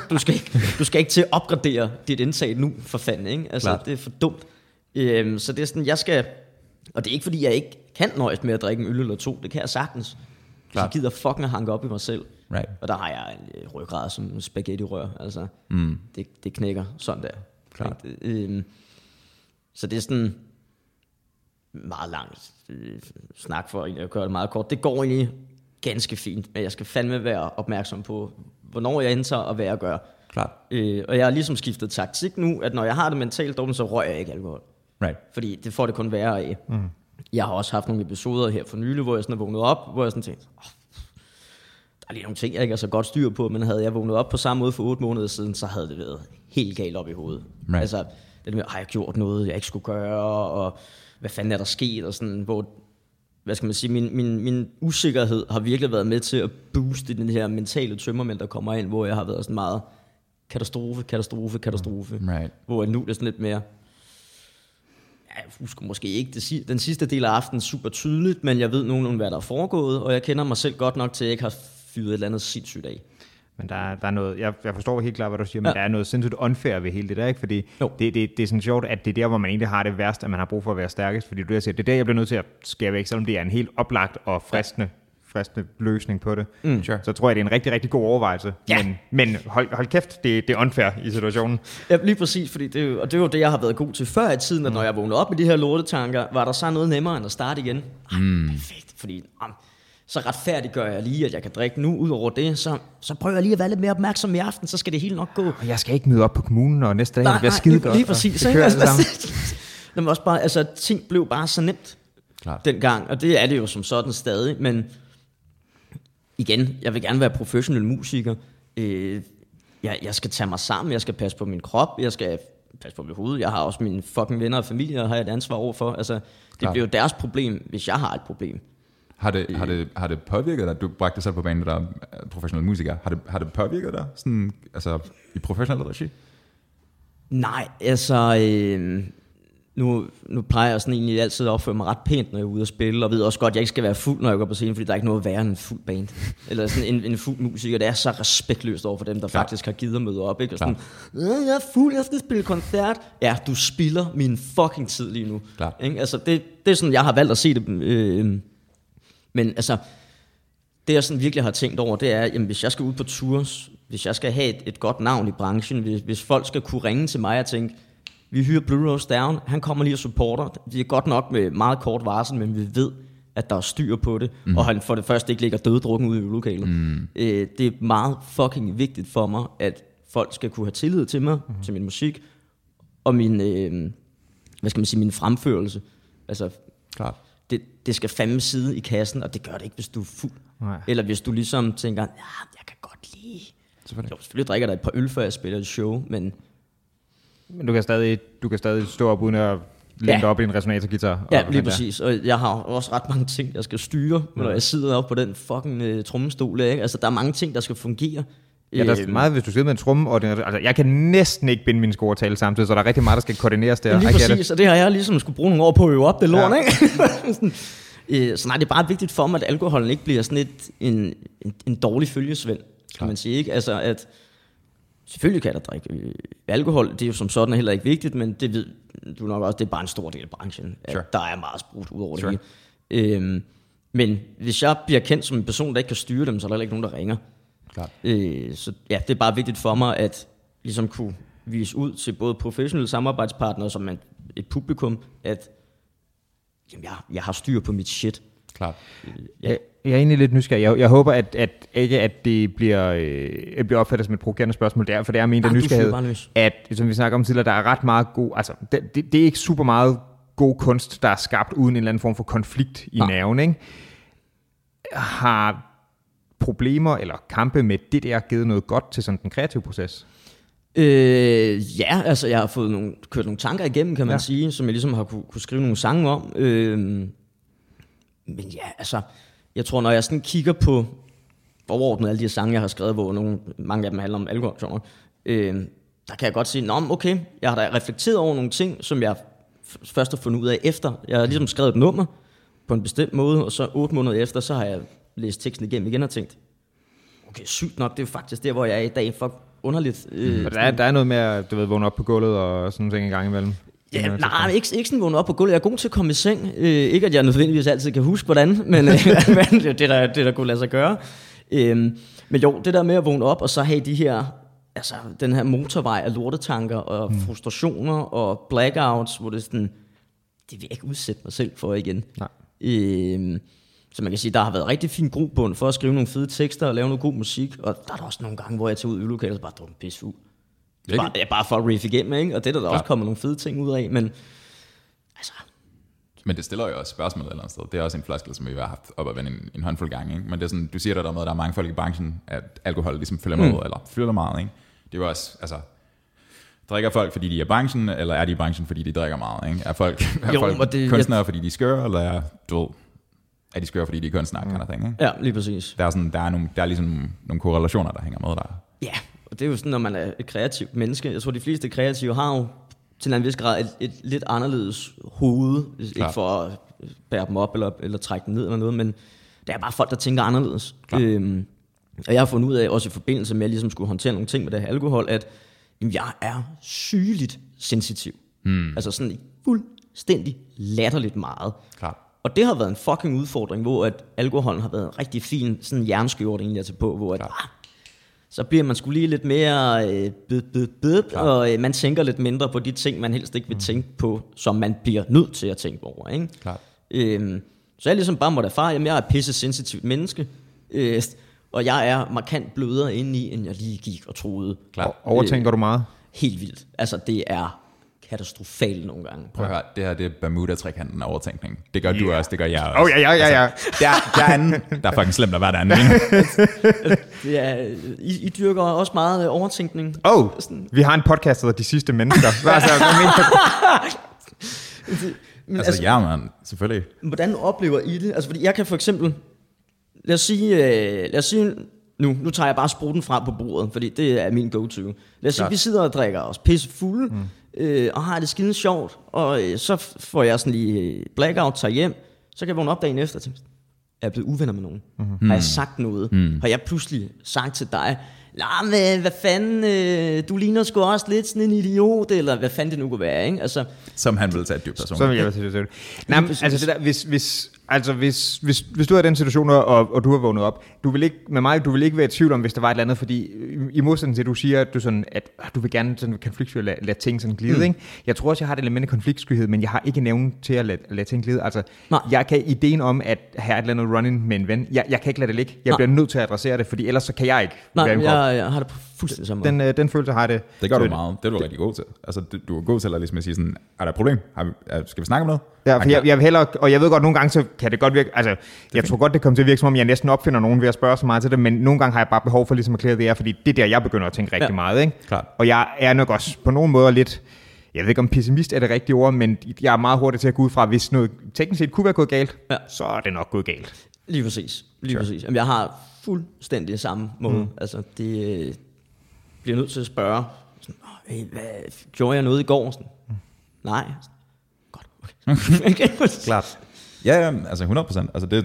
skal ikke til at opgradere dit indtag nu, for fanden, ikke? Altså, det er for dumt. Så det er sådan, jeg skal... Og det er ikke, fordi jeg ikke kan nøjes med at drikke en øl eller 2. Det kan jeg sagtens. Jeg gider fucking at hanke op i mig selv. Right. Og der har jeg en ryggrad som spaghetti-rør. Altså, det knækker sådan der. Så det er sådan meget langt snak for at gøre det meget kort. Det går egentlig ganske fint, men jeg skal fandme være opmærksom på, hvornår jeg indtager og hvad jeg gør. Og jeg har ligesom skiftet taktik nu, at når jeg har det mentalt dårligt, så rører jeg ikke alkohol. Right. Fordi det får det kun værre af. Jeg har også haft nogle episoder her for nylig, hvor jeg sådan er vågnet op, hvor jeg sådan tænkte, er lige nogle ting, jeg ikke er så godt styr på, men havde jeg vågnet op på samme måde for 8 måneder siden, så havde det været helt galt op i hovedet. Right. Altså, det med, har jeg gjort noget, jeg ikke skulle gøre, og hvad fanden er der sket, og sådan, hvor, hvad skal man sige, min usikkerhed har virkelig været med til at booste den her mentale tømmermænd, der kommer ind, hvor jeg har været sådan meget katastrofe. Right. Hvor nu er det sådan lidt mere, jeg husker måske ikke den sidste del af aftenen super tydeligt, men jeg ved nogenlunde, hvad der er foregået, og jeg kender mig selv godt nok til, at jeg ikke har fyret et eller andet sindssygt af. Men der er noget, jeg forstår helt klart, hvad du siger, men der er noget sindssygt unfair ved hele det der, ikke? Fordi det er sådan sjovt, at det er der, hvor man egentlig har det værst, at man har brug for at være stærkest, fordi det er der, jeg bliver nødt til at skære væk, selvom det er en helt oplagt og fristende løsning på det. Sure. Så tror jeg, det er en rigtig, rigtig god overvejelse. Ja. Men hold kæft, det er unfair i situationen. Ja, lige præcis, fordi det er jo det, jeg har været god til før i tiden, at når jeg vågnede op med de her lortetanker, var der så noget nemmere end at starte igen. Perfekt, fordi så retfærdiggør jeg lige, at jeg kan drikke nu. Udover det, så prøver jeg lige at være lidt mere opmærksom i aften, så skal det hele nok gå. Og jeg skal ikke møde op på kommunen, og næste dag bliver skide godt. Lige præcis. Det kører det også bare, altså, ting blev bare så nemt dengang, og det er det jo som sådan stadig, men igen, jeg vil gerne være professionel musiker. Jeg skal tage mig sammen, jeg skal passe på min krop, jeg skal passe på mit hoved. Jeg har også mine fucking venner og familie, og har et ansvar overfor. Altså, det bliver jo deres problem, hvis jeg har et problem. Har det påvirket dig? Du bragte selv på banen, der er professionel musiker. Har det påvirket dig sådan, altså, i professionel regi? Nej, altså nu plejer jeg sådan egentlig altid at opføre mig ret pænt, når jeg er ude at spille, og ved også godt, at jeg ikke skal være fuld, når jeg går på scenen, fordi der er ikke noget værre end en fuld band. Eller sådan en fuld musiker. Det er så respektløst over for dem, der faktisk har givet at møde op. Ikke? Og sådan, jeg er fuld, jeg skal spille koncert. Ja, du spilder min fucking tid lige nu. Ikke? Altså, det er sådan, jeg har valgt at se det. Men altså, det jeg sådan virkelig har tænkt over, det er, jamen, hvis jeg skal ud på tours, hvis jeg skal have et godt navn i branchen, hvis folk skal kunne ringe til mig og tænke, vi hyrer Blue Rose Down, han kommer lige og supporter. Det er godt nok med meget kort varsel, men vi ved, at der er styr på det, og han for det første ikke ligger døddrukken ude i lokalet. Det er meget fucking vigtigt for mig, at folk skal kunne have tillid til mig, til min musik, og min, hvad skal man sige, min fremførelse. Altså, klart. Det skal fandme sidde i kassen, og det gør det ikke, hvis du er fuld. Nej. Eller hvis du ligesom tænker, ja, jeg kan godt lide. Selvfølgelig drikker der et par øl, før jeg spiller et show, men du kan stadig stå op uden at læne op i en resonatorguitar. Ja, lige præcis. Og jeg har også ret mange ting, jeg skal styre, når jeg sidder oppe på den fucking trommestol. Ikke? Altså, der er mange ting, der skal fungere. Ja, der er meget, hvis du sidder med en tromme, og altså, jeg kan næsten ikke binde mine sko og tale samtidig, så der er rigtig meget, der skal koordineres der. Lige præcis, og det har jeg ligesom skulle bruge nogle år på at øve op, det lort, ikke? Så nej, det er bare vigtigt for mig, at alkoholen ikke bliver sådan en dårlig følgesvend, kan man sige, ikke? Altså, at selvfølgelig kan der drikke alkohol, det er jo som sådan heller ikke vigtigt, men det ved du nok også, det er bare en stor del af branchen, at der er meget sprut ud over det hele. Men hvis jeg bliver kendt som en person, der ikke kan styre dem, så er der ikke nogen, der ringer. Så ja, det er bare vigtigt for mig, at ligesom kunne vise ud til både professionelle samarbejdspartnere, som et publikum, at jamen, jeg har styr på mit shit. Klart. Jeg er egentlig lidt nysgerrig. Jeg håber, at det bliver opfattet som et provokerende spørgsmål der, for det er min der nysgerrighed, at, som vi snakker om tidligere, der er ret meget god, altså det er ikke super meget god kunst, der er skabt uden en eller anden form for konflikt i nerven, ikke? Har problemer eller kampe med det der givet noget godt til sådan den kreative proces? Ja, altså jeg har kørt nogle tanker igennem, kan man sige, som jeg ligesom har kunne skrive nogle sange om. Men ja, altså, jeg tror, når jeg sådan kigger på overordnet alle de sange, jeg har skrevet, hvor mange af dem handler om alkohol, der kan jeg godt sige, okay, jeg har da reflekteret over nogle ting, som jeg først har fundet ud af efter. Jeg har ligesom skrevet et nummer på en bestemt måde, og så 8 måneder efter, så har jeg læst teksten igennem igen og tænkt, okay, sygt nok, det er faktisk der, hvor jeg er i dag. Fuck, underligt. Der er noget med at vågne op på gulvet og sådan ting en gang imellem. Ja, nej, ikke sådan vågne op på gulvet. Jeg er god til at komme i seng. Ikke at jeg nødvendigvis altid kan huske, hvordan, men det der kunne lade sig gøre. Men jo, det der med at vågne op, og så have de her, altså den her motorvej af lortetanker, og frustrationer, og blackouts, hvor det er sådan, det vil jeg ikke udsætte mig selv for igen. Nej. Så man kan sige, der har været rigtig fin grobund for at skrive nogle fede tekster, og lave noget god musik, og der er der også nogle gange, hvor jeg tager ud i øvelokalet, og bare drukker pisse ud. Bare for at riff igennem, ikke? Og det er der også kommet nogle fede ting ud af, men altså... Men det stiller jo også spørgsmål et eller andet sted. Det er også en floskel, som vi har haft op at vende en håndfuld gange. Ikke? Men det er sådan, du siger der med, at der er mange folk i branchen, at alkohol ligesom følger med, eller fylder meget. Ikke? Det er jo også, altså, drikker folk, fordi de er i branchen, eller er de i branchen, fordi de drikker meget? Ikke? Er folk kunstnere, fordi de er skøre, eller er de skøre, fordi de er kunstnere? Kind of thing, ikke? Ja, lige præcis. Der er ligesom nogle korrelationer, der hænger med der. Ja, og det er jo sådan, når man er et kreativt menneske. Jeg tror, de fleste kreative har jo til en vis grad et lidt anderledes hoved. Ikke for at bære dem op eller trække dem ned eller noget, men det er bare folk, der tænker anderledes. Og jeg har fundet ud af, også i forbindelse med, at jeg ligesom skulle håndtere nogle ting med det her alkohol, at jeg er sygeligt sensitiv. Altså sådan fuldstændig latterligt meget. Klart. Og det har været en fucking udfordring, hvor at alkoholen har været rigtig fin, sådan en jernskøvert egentlig at tage på, hvor at, så bliver man sgu lige lidt mere og man tænker lidt mindre på de ting, man helst ikke vil tænke på, som man bliver nødt til at tænke over. Ikke? Klart. Så jeg ligesom bare måtte erfare, at jeg er et pisse sensitivt menneske, og jeg er markant blødere indeni, end jeg lige gik og troede. Klart. Overtænker du meget? Helt vildt. Altså det er katastrofalt nogle gange. Prøv at høre, det her det er Bermuda-trekanten af overtænkning. Det gør du også, det gør jeg også. Ja. Altså, der er anden, der er fucking slemt at være derinde. Det er, I dyrker også meget overtænkning. Vi har en podcast, der hedder De Sidste Mennesker. Altså, ja, man, selvfølgelig. Hvordan oplever I det? Altså, fordi jeg kan for eksempel, lad os sige nu tager jeg bare spruten fra på bordet, fordi det er min go-to. Lad os sige, vi sidder og drikker os pisse fulde, og har det skide sjovt, og så får jeg sådan lige blackout, tager hjem, så kan jeg vågne op dagen efter og tænke, er jeg blevet uvenner med nogen? Har jeg sagt noget? Har jeg pludselig sagt til dig, hvad fanden, du ligner sgu også lidt sådan en idiot, eller hvad fanden det nu kunne være, ikke? Altså, som han ville tage et dybt person. Så vil jeg sige det. Nej, altså det der, hvis du er i den situation, og du har vågnet op, du vil ikke være i tvivl om, hvis der var et eller andet, fordi i modsætning til, at du siger, at du vil gerne sådan konfliktsky lade ting sådan glide, ikke? Jeg tror også, jeg har et element af konfliktskyhed, men jeg har ikke nævnt til at lade ting glide. Altså, jeg kan ideen om at have et eller andet run-in med en ven, jeg kan ikke lade det ligge. Jeg bliver nødt til at adressere det, fordi ellers så kan jeg ikke være en krop. Jeg har det fuldstændig samme. Den følelse har det. Det gør du meget. Det er du rigtig god til. Altså, du er god til at ligesom sige sådan, er der et problem? Skal vi snakke om noget? Ja, for jeg vil hellere, og jeg ved godt, nogle gange så kan det godt virke, altså, jeg tror godt, det kommer til at virke, som om jeg næsten opfinder nogen ved at spørge så meget til det, men nogle gange har jeg bare behov for ligesom at klæde det her, fordi det er der, jeg begynder at tænke rigtig meget, ikke? Klart. Og jeg er nok også på nogle måder lidt, jeg ved ikke om pessimist er det rigtige ord, men jeg er meget hurtig til at gå ud fra, hvis noget teknisk set kunne være gået galt, så er det nok gået galt. Lige præcis. Jamen, jeg har fuldstændig samme måde. Altså, det bliver nødt til at spørge, sådan, hey, gjorde jeg noget i går? Sådan, nej. Godt. Okay. Klart. Ja, altså 100%. Altså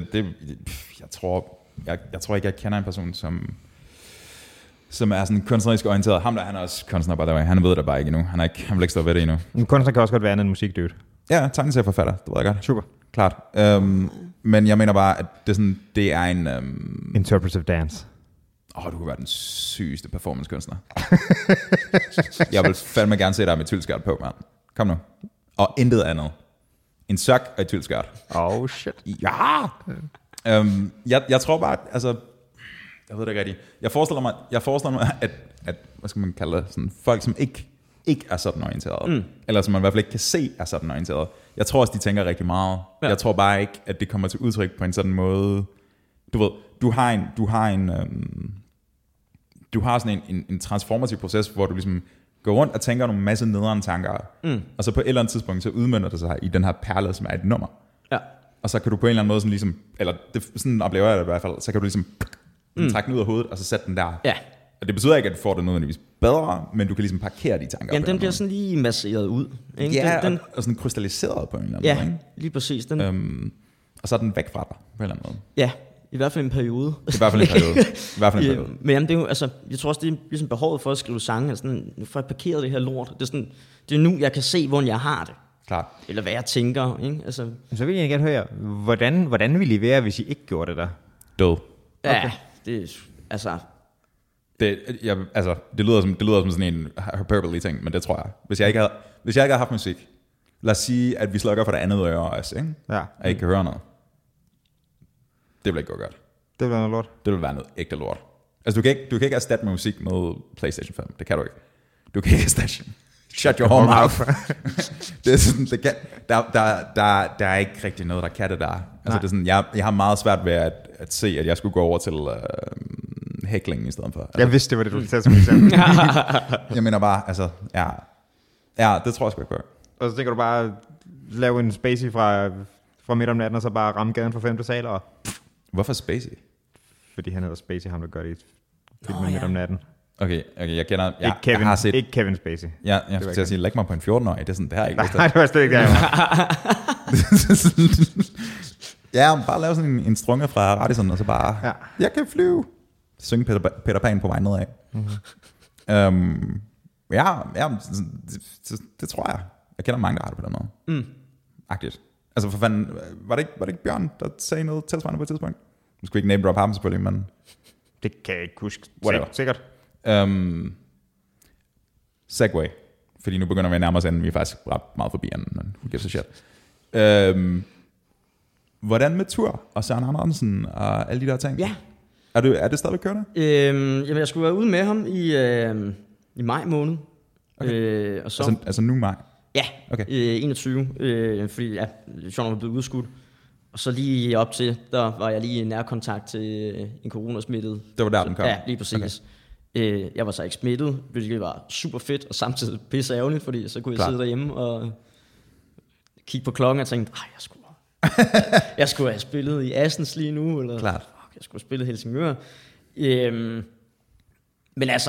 jeg tror ikke, jeg kender en person, som er sådan kunstnerisk orienteret. Han er også kunstner, by the way. Han ved det bare ikke endnu. Han vil ikke stå ved det endnu. En kunstner kan også godt være andet end musikdude. Ja, tegneserieforfatter, det ved jeg godt. Super. Klart. Men jeg mener bare, at det er en... Interpretive dance. Du kunne være den sygeste performancekunstner. Jeg vil fandme gerne se dig med tyldskørt på, mand. Kom nu. Og intet andet. En sok og et tyldskørt. Shit. Ja! Jeg tror bare, altså... Jeg ved det ikke rigtigt. Jeg forestiller mig, at hvad skal man kalde det? Sådan, folk, som ikke er sådan orienteret. Eller som man i hvert fald ikke kan se, er sådan orienteret. Jeg tror også, de tænker rigtig meget. Ja. Jeg tror bare ikke, at det kommer til udtryk på en sådan måde. Du ved, du har sådan en transformativ proces, hvor du ligesom går rundt og tænker nogle masse nederen tanker. Og så på et eller andet tidspunkt, så udmønter det sig i den her perle, som er et nummer. Ja. Og så kan du på en eller anden måde sådan ligesom, eller sådan oplever jeg det i hvert fald, så kan du ligesom trække den ud af hovedet, og så sætte den der. Ja. Og det betyder ikke, at du får det nødvendigvis bedre, men du kan ligesom parkere de tanker. Ja, den bliver sådan lige masseret ud. Ikke? Ja, og sådan krystalliseret på en eller anden måde. Ja, lige præcis. Og så er den væk fra dig på en eller anden måde. Ja, i hvert fald en periode. I hvert fald en periode. Men jamen, det er jo, altså, jeg tror også, det er ligesom behovet for at skrive sange. Altså, nu får jeg parkeret det her lort. Det er nu, jeg kan se, hvordan jeg har det. Klart. Eller hvad jeg tænker. Ikke? Altså, så vil jeg gerne høre, hvordan ville I være, hvis I ikke gjorde det der? Død. Ja, det er altså... Det lyder som sådan en hyperbole ting, men det tror jeg. Hvis jeg ikke havde haft musik, lad os sige, at vi slukker for det andet øre også, ikke? Ja. At I ikke kan høre noget. Det vil ikke gå godt. Det vil være noget lort. Det vil være noget ægte lort. Altså, du kan ikke erstatte med musik med PlayStation 5. Det kan du ikke. Du kan ikke erstatte Shut your whole mouth. Det er sådan, der er ikke rigtig noget, der kan det der. Altså, det er sådan, jeg har meget svært ved at se, at jeg skulle gå over til hækling i stedet for. Altså, jeg vidste, det var det, du ville tage som eksempel. Jeg mener bare, altså, ja, det tror jeg sgu ikke gør. Og så tænker du bare, lave en Spacey fra midt om natten, og så bare ramme gaden for 5. sal, og... Hvorfor Spacey? Fordi han hedder Spacey, ham der gør det i filmen midt om natten. Okay, jeg kender... Jeg har set... Ikke Kevin Spacey. Ja, jeg skal til at sige, læg mig på en 14-årig. Det er sådan, det har jeg ikke lyst til. Nej, det var slet ikke det. Ja, bare lave sådan en strunge fra Radisson, og så bare... Ja. Jeg kan flyve. Synge Peter Pan på vej nedad. Mm-hmm. Det tror jeg. Jeg kender mange, der har det på den måde. Agtigt. Altså for fanden, var det ikke Bjørn, der sagde noget tilsvarende på et tidspunkt? Nu skal vi ikke name drop ham selvfølgelig, men... Det kan jeg ikke huske. Whatever. Sikkert. Segway. Fordi nu begynder vi at nærme os enden. Vi er faktisk ret meget forbi anden, men who gives a shit. Hvordan med tur og Søren Andersen og alle de der ting? Ja. Er det stadigvæk kørende? Jamen, jeg skulle være ude med ham i maj måned. Okay. Og så, altså nu maj? Ja, okay. 21. Fordi Sean var blevet udskudt. Og så lige op til, der var jeg lige i nærkontakt til en coronasmittet. Det var der, den kom? Ja, lige præcis. Okay. Jeg var så ikke smittet, hvilket var super fedt, og samtidig pisse ærgerligt, fordi så kunne jeg sidde derhjemme og kigge på klokken og tænke, jeg skulle have spillet i Assens lige nu, eller Klart. Jeg skulle have spillet Helsingør. Men altså,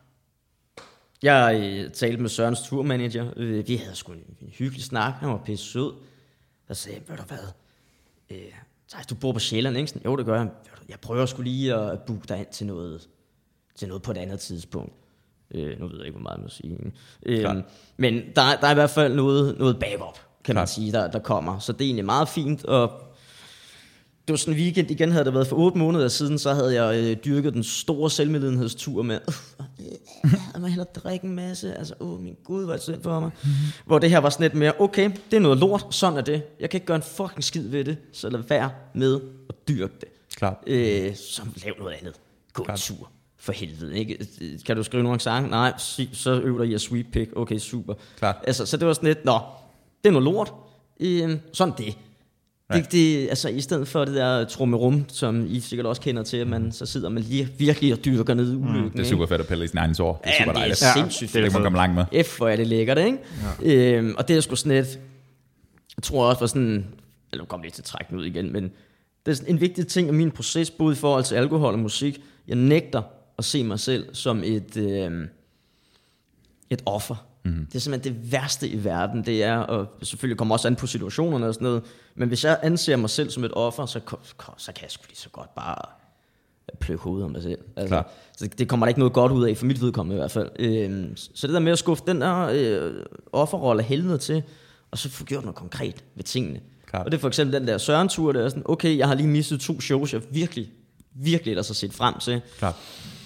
jeg talte med Sørens turmanager. Vi havde sgu en hyggelig snak. Han var pisse sød. Der sagde, ved du hvad? Du bor på Sjælland, ikke? Jo, det gør jeg. Jeg prøver sgu lige at booke dig ind til noget på et andet tidspunkt. Nu ved jeg ikke, hvor meget man må sige. Men der er i hvert fald noget backup, kan man sige, der kommer. Så det er egentlig meget fint. Og det var sådan en weekend igen, havde det været for 8 måneder siden, så havde jeg dyrket den store selvmedlidenhedstur med, jeg må hellere drikke en masse, altså, min Gud, hvad er det synd for mig. Hvor det her var sådan lidt mere, okay, det er noget lort, sådan er det. Jeg kan ikke gøre en fucking skid ved det, så lad være med at dyrke det. Klart. Så lav noget andet. Gå en tur. For helvede, ikke? Kan du skrive nogle sange? Nej, så øver dig i at sweep pick. Okay, super. Klart. Altså, så det var sådan lidt, det er noget lort. Sådan det. Det, altså i stedet for det der trummerum, som I sikkert også kender til, at man så sidder man lige virkelig og dyrker ned i ulykken. Det er super fedt at pille i sin egen sår. Det er super dejligt. Det er sindssygt fedt. Det kan man komme langt med. Hvor er det lækkert, ikke? Ja. Og det er sgu sådan et, jeg tror også var sådan, eller kom lidt til træk ud igen, men det er en vigtig ting af min proces, både i forhold til alkohol og musik. Jeg nægter at se mig selv som et offer. Mm-hmm. Det er simpelthen det værste i verden. Det er, og selvfølgelig kommer også an på situationerne og sådan noget, men hvis jeg anser mig selv som et offer, så kan jeg sgu lige så godt bare pløge hovedet om mig selv. Altså, så det kommer der ikke noget godt ud af, for mit vedkommende i hvert fald. Så det der med at skuffe den der offerrolle af helvede til, og så få gjort noget konkret ved tingene. Klart. Og det er for eksempel den der Søren-tur, der er sådan, okay, jeg har lige mistet 2 shows, jeg virkelig ellers har set frem til. Klart.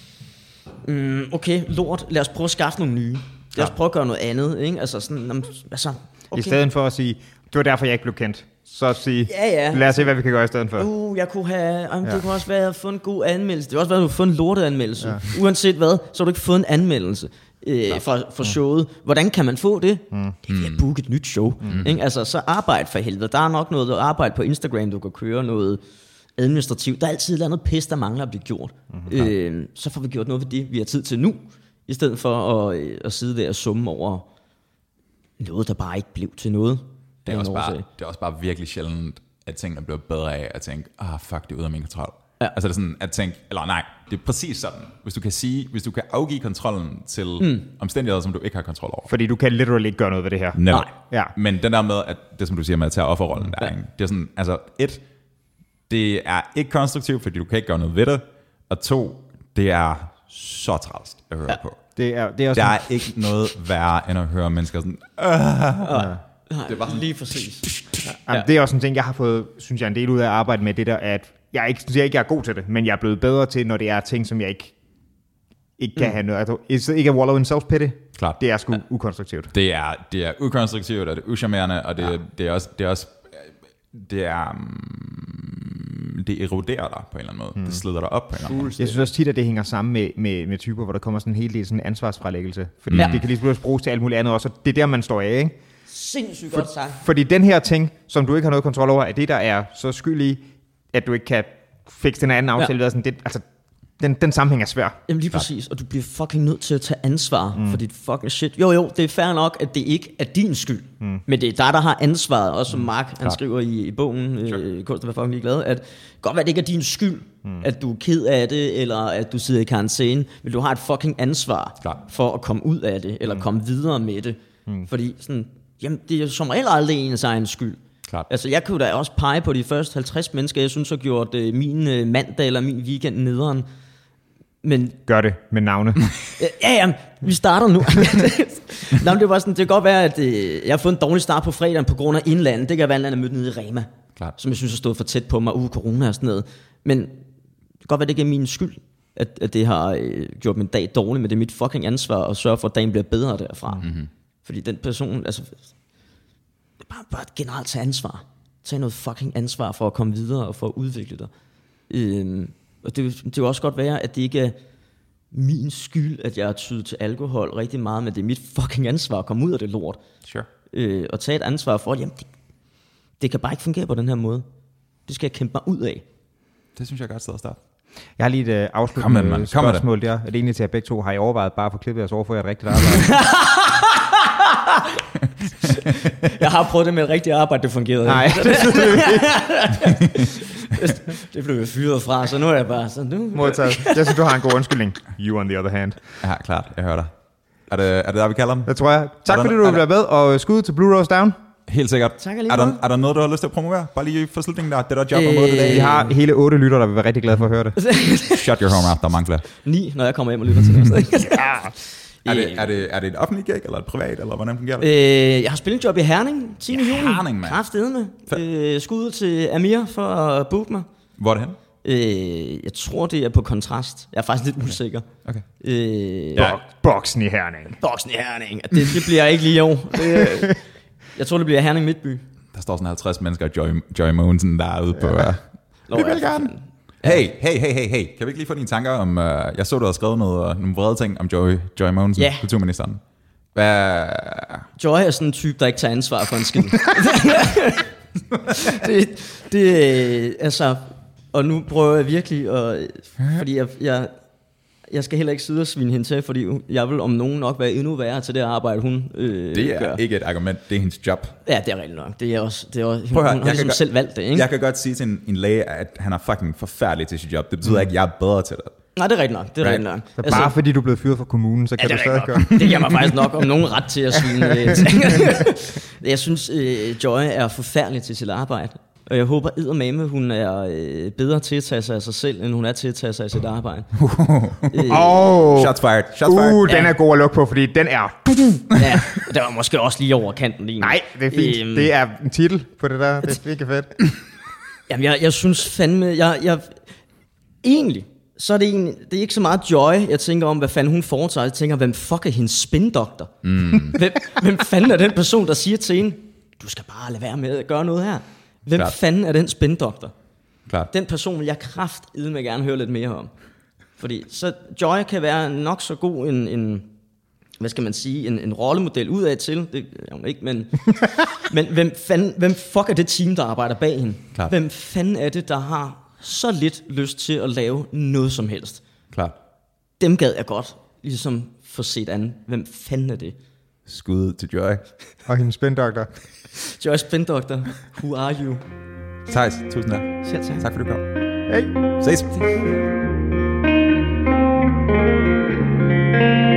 Okay, lort, lad os prøve at skaffe nogle nye. Lad os prøve at gøre noget andet, ikke? Altså sådan, okay. I stedet for at sige, det var derfor, jeg ikke blev kendt. Så sige, lad os se, hvad vi kan gøre i stedet for. Jeg kunne have, det kunne også være, at jeg havde fået en god anmeldelse. Det kunne også være, at du havde fået en lorteanmeldelse. Ja. Uanset hvad, så har du ikke fået en anmeldelse for showet. Hvordan kan man få det? Det er ved at booke et nyt show. Ikke? Altså, så arbejde for helvede. Der er nok noget arbejde på Instagram, du kan køre noget administrativt. Der er altid noget pis, der mangler at blive gjort. Så får vi gjort noget ved det, vi har tid til nu, i stedet for at sidde der og summe over noget, der bare ikke blev til noget. Det er også bare virkelig sjældent, at tingene bliver bedre af at tænke, fuck, det er ude af min kontrol. Ja. Altså det er sådan at tænke, eller nej, det er præcis sådan. Hvis du kan afgive kontrollen til omstændigheder, som du ikke har kontrol over. Fordi du kan literally ikke gøre noget ved det her. Nej. Ja. Men den der med, at det som du siger med at tage offerrollen der, ikke? Det er sådan, altså det er ikke konstruktivt, fordi du kan ikke gøre noget ved det. Og 2, det er så træls at høre på. Det er også der er ikke noget værre, end at høre mennesker sådan, det var lige præcis. Det er også en ting, jeg har fået, synes jeg, en del ud af at arbejde med, det der, at jeg ikke er god til det, men jeg er blevet bedre til, når det er ting, som jeg ikke kan have noget. Altså, ikke at wallow in self-pity. Klart. Det er sgu ukonstruktivt. Det er ukonstruktivt, og det er uschammerende, og det det eroderer dig på en eller anden måde. Det slider dig op på en eller anden måde. Jeg synes også tit, at det hænger sammen med typer, hvor der kommer sådan en hel del sådan ansvarsfralæggelse. Fordi det kan lige pludselig bruges til alt muligt andet også, og det er der, man står af, ikke? Sindssygt godt sagt. Fordi den her ting, som du ikke har noget kontrol over, er det, der er så skyld i, at du ikke kan fikse den anden aftale. Ja. Sådan, det, altså, den sammenhæng er svær. Jamen lige præcis, og du bliver fucking nødt til at tage ansvar for dit fucking shit. Jo, det er fair nok, at det ikke er din skyld, men det er dig, der har ansvaret. Også som Mark, han skriver i bogen, Kunst at være fucking ligeglad, at godt være, det ikke er din skyld, at du er ked af det, eller at du sidder i karantæne, men du har et fucking ansvar for at komme ud af det, eller komme videre med det. Fordi sådan, jamen, det er som regel aldrig ens egen skyld. Klart. Altså, jeg kunne da også pege på de første 50 mennesker, jeg synes har gjort min mandag eller min weekend nederen. Men gør det med navne. ja, vi starter nu. Nå, det var sådan, det kan godt være, at jeg har fået en dårlig start på fredagen på grund af indlandet. Det kan være, at jeg er mødt nede i Rema, som jeg synes har stået for tæt på mig, corona og sådan noget. Men det kan godt være, det ikke er min skyld, at det har gjort min dag dårlig, men det er mit fucking ansvar at sørge for, at dagen bliver bedre derfra. Fordi den person, altså, bare generelt tage ansvar. Tag noget fucking ansvar for at komme videre og for at udvikle dig. Og det vil også godt være, at det ikke er min skyld, at jeg er tydet til alkohol rigtig meget, men det er mit fucking ansvar at komme ud af det lort. Sure. Og tage et ansvar for, at jamen, det kan bare ikke fungere på den her måde. Det skal jeg kæmpe mig ud af. Det synes jeg er godt sted at starte. Jeg har lige et afsluttende spørgsmål der. Det er egentlig til at begge to. Har I overvejet bare at få klippet jeres over for et rigtigt arbejde? Jeg har prøvet det med et rigtigt arbejde, det fungerede. Nej, det blev fyret fra, så nu er jeg bare sådan nu. Modtaget. Jeg synes, du har en god undskyldning. You on the other hand. Ja, klart. Jeg hører dig. Er det der, vi kalder dem? Det tror jeg. Tak fordi du vil være med, og skud til Blue Rose Down. Helt sikkert. Tak er der noget, du har lyst til at promovere? Bare lige for slutningen der. Det der job på måde Vi har hele 8 lytter, der vil være rigtig glade for at høre det. Shut your home up, der er mange flere. 9, når jeg kommer hjem og lytter til det. Er det et offentligt gig, eller et privat, eller hvordan fungerer det? Jeg har spillet job i Herning 10. juni. Herning, mand. Kraftedeme. Skud til Amir for at booke mig. Hvor er det hen? Jeg tror, det er på Kontrast. Jeg er faktisk lidt usikker. Okay. Boksen i Herning. Boksen i Herning. Det bliver ikke lige i år. Jeg tror, det bliver Herning Midtby. Der står sådan 50 mennesker og Joy Mogensen derude på... Vi vil gerne. Hey. Kan vi ikke lige få dine tanker om... jeg så, du havde skrevet nogle vrede ting om Joy Mogensen, kulturministeren. Hvad... Joy er sådan en type, der ikke tager ansvar for en skid. Altså... Og nu prøver jeg virkelig at... Fordi jeg skal heller ikke sidde og svine hende til, fordi jeg vil om nogen nok være endnu værre til det arbejde, hun det er gør. Ikke et argument, det er hendes job. Ja, det er rigtigt nok. Det er også hun har ligesom selv valgt det, ikke? Jeg kan godt sige til en læge, at han er fucking forfærdelig til sit job. Det betyder ikke, at jeg er bedre til det. Nej, det er rigtigt nok. Det er rigtigt nok. Så bare fordi du er blevet fyret fra kommunen, så kan du stadig gøre. Det giver mig faktisk nok om nogen ret til at svine. Jeg synes, Joy er forfærdelig til sit arbejde. Og jeg håber eddermame, hun er bedre til at tage sig af sig selv, end hun er til at tage sig af sit arbejde. Shots fired. Den er god at lukke på, fordi den er... Ja, det var måske også lige over kanten lige. Nej, det er fint. Det er en titel på det der. Det er virkelig fedt. Jamen, jeg synes fandme... Egentlig, så er det er ikke så meget Joy, jeg tænker om, hvad fanden hun foretager. Jeg tænker, hvem fuck er hendes spindoktor? Hvem fanden er den person, der siger til hende, du skal bare lade være med at gøre noget her? Hvem fanden er den spindoktor? Klart. Den person vil jeg kraftedeme gerne høre lidt mere om. Fordi så Joy kan være nok så god en hvad skal man sige, en rollemodel udad til. Det er hun ikke, men men hvem fuck er det team, der arbejder bag hende? Klart. Hvem fanden er det, der har så lidt lyst til at lave noget som helst? Klart. Dem gad jeg godt ligesom få set an. Hvem fanden er det? Skud til Joy. Og hendes spindoktor. Joy Spindoktor, who are you? Thijs, tusind tak. Selv tak. Tak fordi du kom. Hej. Ses.